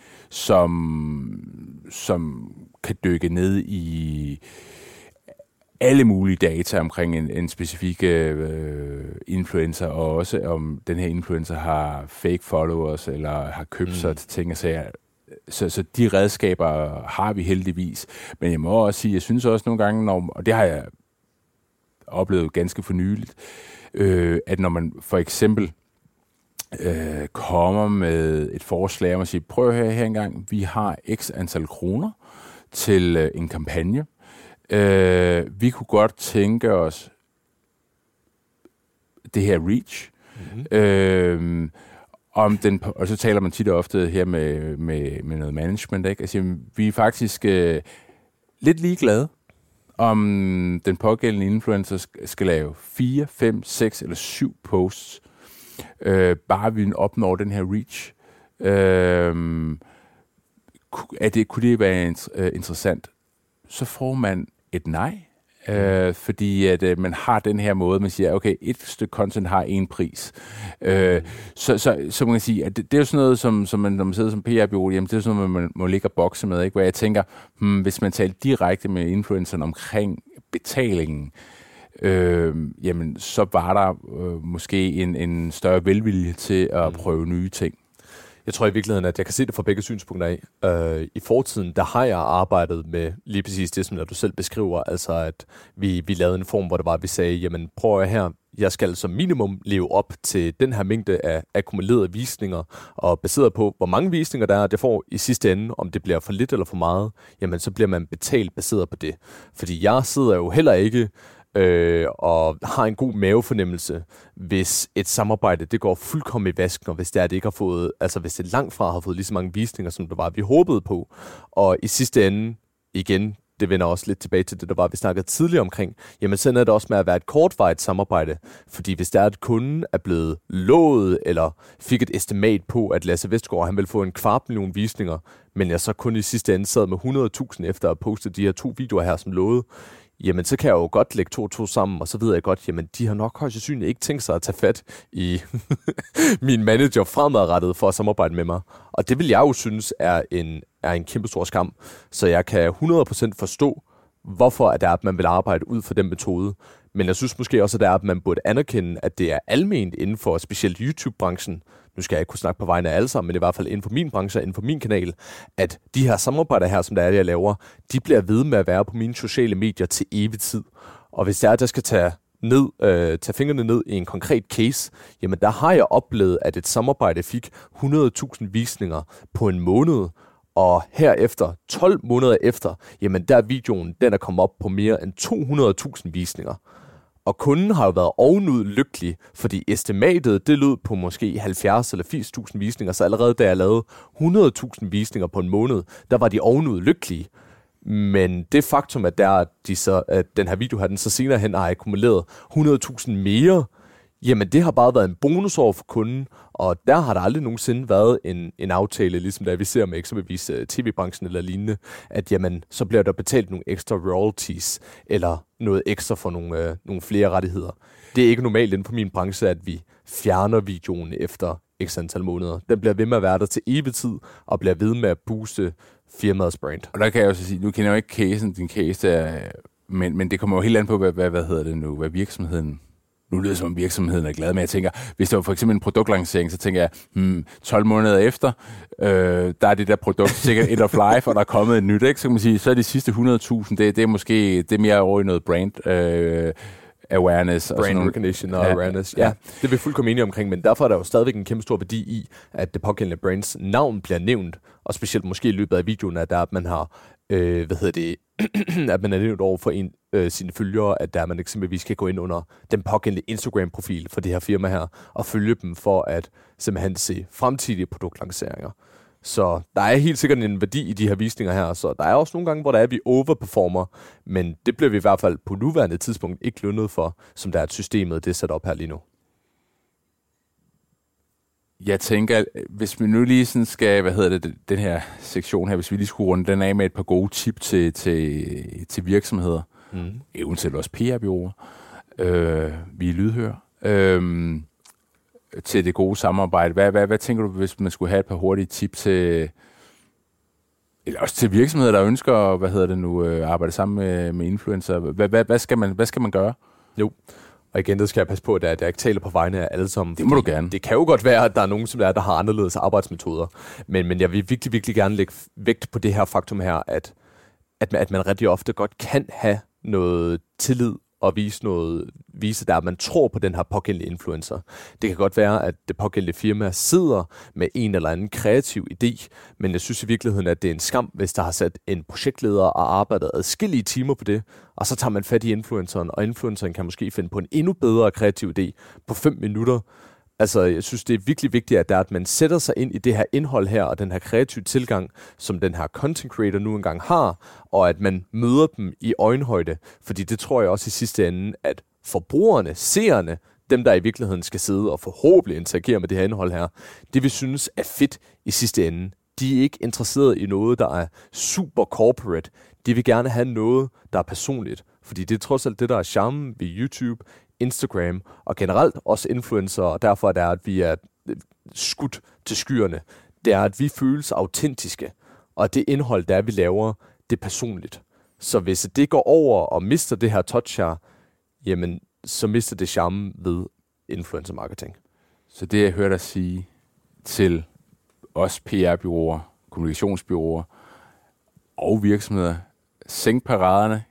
S1: som kan dykke ned i alle mulige data omkring en specifik influencer, og også om den her influencer har fake followers, eller har købt sig til ting og sager. Så de redskaber har vi heldigvis. Men jeg må også sige, jeg synes også nogle gange, og det har jeg oplevet ganske for nyligt, at når man for eksempel kommer med et forslag om at sige, prøv at høre her engang, vi har x antal kroner til en kampagne. Vi kunne godt tænke os det her reach. Mm-hmm. Og så taler man tit og ofte her med noget management, ikke? Altså, vi er faktisk lidt ligeglade, om den pågældende influencer skal lave 4, 5, 6 eller 7 posts, bare vi opnår den her reach. Kunne det være interessant? Så får man et nej, fordi at man har den her måde, man siger, okay, et stykke content har en pris. Så man kan sige, at det er jo sådan noget, som man, når man sidder som PR-bureau, jamen det er sådan noget, man må ligge og bokse med, ikke? Hvor jeg tænker, hvis man taler direkte med influenceren omkring betalingen, jamen så var der måske en større velvilje til at prøve nye ting.
S2: Jeg tror i virkeligheden, at jeg kan se det fra begge synspunkter af. I fortiden, der har jeg arbejdet med lige præcis det, som du selv beskriver, altså at vi lavede en form, hvor det var, at vi sagde, jamen prøv at her, jeg skal som minimum leve op til den her mængde af akkumulerede visninger, og baseret på, hvor mange visninger der er, det får i sidste ende, om det bliver for lidt eller for meget, jamen så bliver man betalt baseret på det. Fordi jeg sidder jo heller ikke og har en god mavefornemmelse, hvis et samarbejde, det går fuldkommen i vasken, og hvis det ikke har fået, altså hvis det langt fra har fået lige så mange visninger, som det var, vi håbede på. Og i sidste ende, igen, det vender også lidt tilbage til det, der var, vi snakkede tidligere omkring, jamen så ender det også med at være et kortvarigt samarbejde, fordi hvis der er, at kunden er blevet lovet, eller fik et estimat på, at Lasse Vestgaard, han vil få 250.000 visninger, men jeg så kun i sidste ende sad med 100.000 efter at poste de her 2 videoer her som lovet, jamen så kan jeg jo godt lægge 2 og 2 sammen, og så ved jeg godt, jamen de har nok højst sandsynligt ikke tænkt sig at tage fat i min manager fremadrettet for at samarbejde med mig. Og det vil jeg jo synes er en kæmpe stor skam. Så jeg kan 100% forstå, hvorfor at det er, at man vil arbejde ud for den metode. Men jeg synes måske også, at det er, at man burde anerkende, at det er alment inden for specielt YouTube-branchen. Nu skal jeg ikke kunne snakke på vegne af alle sammen, men i hvert fald inden for min branche, inden for min kanal, at de her samarbejder her, som der er, jeg laver, de bliver ved med at være på mine sociale medier til evig tid. Og hvis det er, at jeg skal tage fingrene ned i en konkret case, jamen der har jeg oplevet, at et samarbejde fik 100.000 visninger på en måned, og herefter, 12 måneder efter, jamen der videoen, den er kommet op på mere end 200.000 visninger. Og kunden har jo været ovenud lykkelig, fordi estimatet, det lød på måske 70 eller 80.000 visninger, så allerede da jeg lavede 100.000 visninger på en måned, der var de ovenud lykkelige. Men det faktum, at den her video her, den så senere hen har akkumuleret 100.000 mere, jamen det har bare været en bonus over for kunden, og der har der aldrig nogensinde været en aftale, ligesom der vi ser med eksempelvis tv-branchen eller lignende, at jamen, så bliver der betalt nogle ekstra royalties, eller noget ekstra for nogle flere rettigheder. Det er ikke normalt inden for min branche, at vi fjerner videoen efter x antal måneder. Den bliver ved med at være der til evig tid, og bliver ved med at booste firmaets brand.
S1: Og der kan jeg også sige, nu kender jeg jo ikke din case der, men det kommer jo helt an på, hvad virksomheden. Nu lyder det som om virksomheden er glad, men jeg tænker, hvis det var for eksempel en produktlancering, så tænker jeg, 12 måneder efter, der er det der produkt sikkert end of life, og der er kommet et nyt, ikke? Så kan man sige, så er de sidste 100.000, det er måske det er mere over i noget brand awareness.
S2: Brand recognition og awareness. Ja, det er vi fuldkommen enige omkring, men derfor er der jo stadigvæk en kæmpe stor værdi i, at det pågældende brands navn bliver nævnt, og specielt måske i løbet af videoen, at man har, at man er nævnt over for sine følgere, at der man eksempelvis kan gå ind under den pågældende Instagram-profil for det her firma her, og følge dem for at simpelthen se fremtidige produktlanceringer. Så der er helt sikkert en værdi i de her visninger her, så der er også nogle gange, hvor der er, vi overperformer, men det bliver vi i hvert fald på nuværende tidspunkt ikke lønnet for, som der er et systemet, det er sat op her lige nu.
S1: Jeg tænker, hvis vi nu lige sådan skal, den her sektion her, hvis vi lige skulle runde den af med et par gode tip til virksomheder, eventuelt også PR-bureauer, vi er lydhøre, til det gode samarbejde. Hvad tænker du, hvis man skulle have et par hurtige tip til, eller også til virksomheder, der ønsker at arbejde sammen med influencer? Hvad skal man gøre?
S2: Jo, Og igen, det skal jeg passe på, at jeg ikke taler på vegne af alle sammen.
S1: Det må du gerne.
S2: Det kan jo godt være, at der er nogen, der har anderledes arbejdsmetoder. Men jeg vil virkelig, virkelig gerne lægge vægt på det her faktum her, at man rigtig ofte godt kan have noget tillid og vise der, at man tror på den her pågældende influencer. Det kan godt være, at det pågældende firma sidder med en eller anden kreativ idé, men jeg synes i virkeligheden, at det er en skam, hvis der har sat en projektleder og arbejdet adskillige timer på det, og så tager man fat i influenceren, og influenceren kan måske finde på en endnu bedre kreativ idé på 5 minutter. Altså, jeg synes, det er virkelig vigtigt, at man sætter sig ind i det her indhold her, og den her kreative tilgang, som den her content creator nu engang har, og at man møder dem i øjenhøjde. Fordi det tror jeg også i sidste ende, at forbrugerne, seerne, dem der i virkeligheden skal sidde og forhåbentlig interagere med det her indhold her, det vi synes er fedt i sidste ende. De er ikke interesseret i noget, der er super corporate. De vil gerne have noget, der er personligt. Fordi det er trods alt det, der er charmen ved YouTube, Instagram og generelt også influencer, og derfor er det, at vi er skudt til skyerne. Det er, at vi føles autentiske, og det indhold, der vi laver, det er personligt. Så hvis det går over og mister det her touch her, jamen, så mister det charme ved influencer marketing.
S1: Så det, jeg hørte dig sige til os PR-byråer, kommunikationsbyråer og virksomheder, sænk paraderne,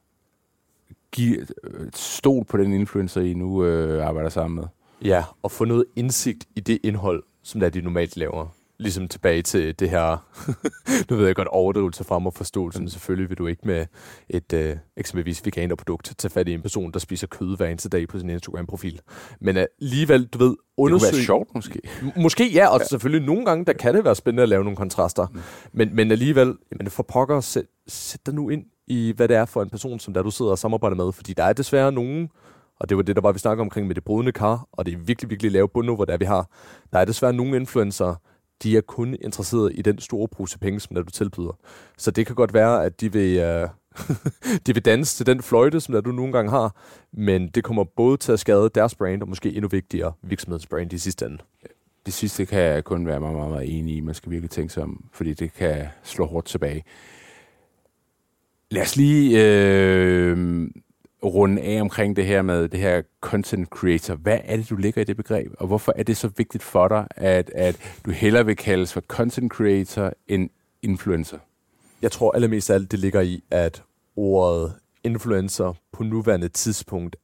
S1: stol på den influencer, I nu arbejder sammen med.
S2: Ja, og få noget indsigt i det indhold, som de normalt laver. Ligesom tilbage til det her, nu ved jeg godt, overdrivelse frem og forståelsen. Selvfølgelig vil du ikke med et eksempelvis veganerprodukt tage fat i en person, der spiser kød hver eneste dag på sin Instagram-profil. Men alligevel, du ved, undersøg...
S1: Det kunne være sjovt, måske.
S2: Måske, ja, og selvfølgelig nogle gange, der kan det være spændende at lave nogle kontraster. Men alligevel, jamen for pokker, sæt dig nu ind i, hvad det er for en person, som der du sidder og samarbejder med. Fordi der er desværre nogen, og det var det, der var vi snakker omkring med det brudende kar, og det er virkelig, virkelig lave bundniveau, der vi har. Der er desværre nogle influencer, de er kun interesseret i den store pose penge, som der du tilbyder. Så det kan godt være, at de vil danse til den fløjte, som der du nogle gange har, men det kommer både til at skade deres brand, og måske endnu vigtigere virksomhedens brand i sidste ende.
S1: Det sidste kan jeg kun være meget, meget, meget enig i. Man skal virkelig tænke sig om, fordi det kan slå hårdt tilbage. Lad os lige runde af omkring det her med det her content creator. Hvad er det, du lægger i det begreb? Og hvorfor er det så vigtigt for dig, at du hellere vil kaldes for content creator end influencer?
S2: Jeg tror allermest af alt, det ligger i, at ordet influencer på nuværende tidspunkt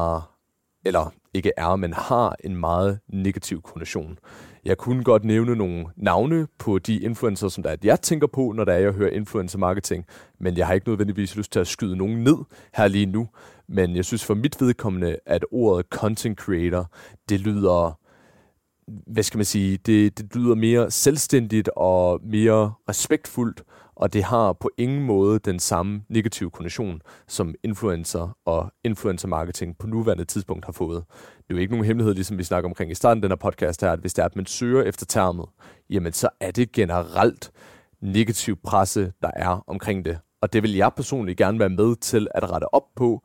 S2: men har en meget negativ konnotation. Jeg kunne godt nævne nogle navne på de influencer, som jeg tænker på, når jeg hører influencer marketing, men jeg har ikke nødvendigvis lyst til at skyde nogen ned her lige nu. Men jeg synes for mit vedkommende, at ordet content creator, det lyder, hvad skal man sige, det lyder mere selvstændigt og mere respektfuldt, og det har på ingen måde den samme negative konnotation, som influencer og influencer marketing på nuværende tidspunkt har fået. Det er jo ikke nogen hemmelighed, ligesom vi snakker omkring i starten af den her podcast her, at hvis det er, at man søger efter termet, jamen så er det generelt negativ presse, der er omkring det. Og det vil jeg personligt gerne være med til at rette op på.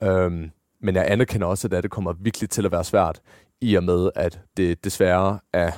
S2: Men jeg anerkender også, at det kommer virkelig til at være svært, i og med, at det desværre er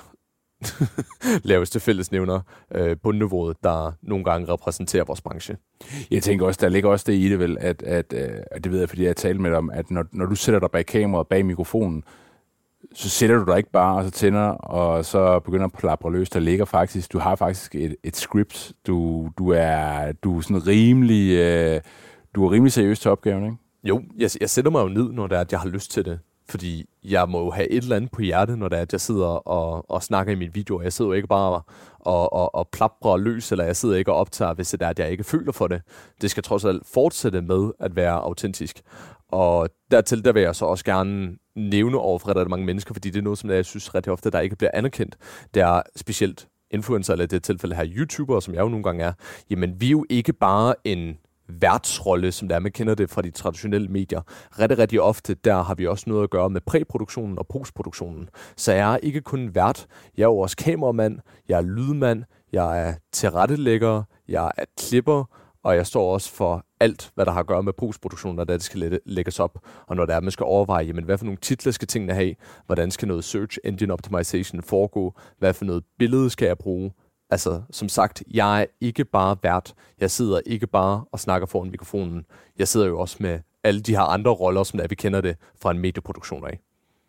S2: laveste fællesnævner på niveauet, der nogle gange repræsenterer vores branche.
S1: Jeg tænker også, der ligger også det i det vel, at det ved jeg, fordi jeg talte med dig om, at når du sætter dig bag kameraet, bag mikrofonen, så sætter du dig ikke bare, og så tænder, og så begynder at plapre løs. Du har faktisk et script. Du er sådan rimelig, du er rimelig seriøs til opgaven, ikke?
S2: Jo, jeg sætter mig jo ned, når det er, at jeg har lyst til det. Fordi jeg må jo have et eller andet på hjertet, når det er, at jeg sidder og snakker i mine videoer. Jeg sidder jo ikke bare og plaprer løs, eller jeg sidder ikke og optager, hvis det er, at jeg ikke føler for det. Det skal trods alt fortsætte med at være autentisk. Og der vil jeg så også gerne nævne over for rigtig mange mennesker, fordi det er noget, som jeg synes rigtig ofte, der ikke bliver anerkendt. Det er specielt influencer, eller i det tilfælde her YouTuber, som jeg jo nogle gange er. Jamen, vi er jo ikke bare en værtsrolle, som man kender det fra de traditionelle medier. Rigtig ofte, der har vi også noget at gøre med præproduktionen og postproduktionen. Så jeg er ikke kun vært, jeg er jo også kameramand, jeg er lydmand, jeg er tilrettelægger, jeg er klipper, og jeg står også for alt, hvad der har at gøre med postproduktionen, når det skal lægges op, og når det er, man skal overveje, jamen, hvad for nogle titler skal tingene have, hvordan skal noget search engine optimization foregå, hvad for noget billede skal jeg bruge. Altså, som sagt, jeg er ikke bare vært. Jeg sidder ikke bare og snakker foran mikrofonen. Jeg sidder jo også med alle de her andre roller, som vi kender det fra en medieproduktion af.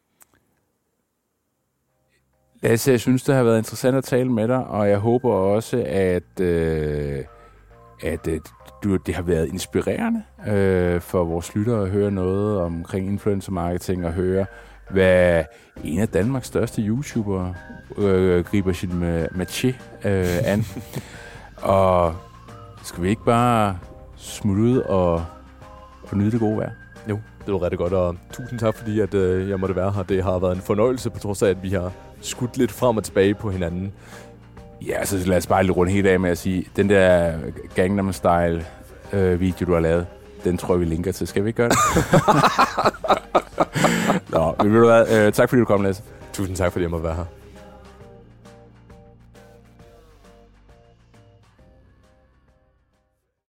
S1: Lasse, jeg synes, det har været interessant at tale med dig, og jeg håber også, at det har været inspirerende for vores lyttere at høre noget omkring influencer marketing, og høre, hvad en af Danmarks største YouTubere griber sin métier an. Og skal vi ikke bare smutte ud og nyde det gode vejr?
S2: Jo, det var rigtig godt, og tusind tak, fordi at, jeg måtte være her. Det har været en fornøjelse, på trods af, at vi har skudt lidt frem og tilbage på hinanden.
S1: Ja, så lad os bare lidt rundt helt af med at sige, den der Gangnam Style video, du har lavet, den tror jeg, vi linker til. Skal vi ikke gøre det? Nå, men ved du hvad? Tak fordi du kom, Lasse.
S2: Tusind tak, fordi jeg måtte være her.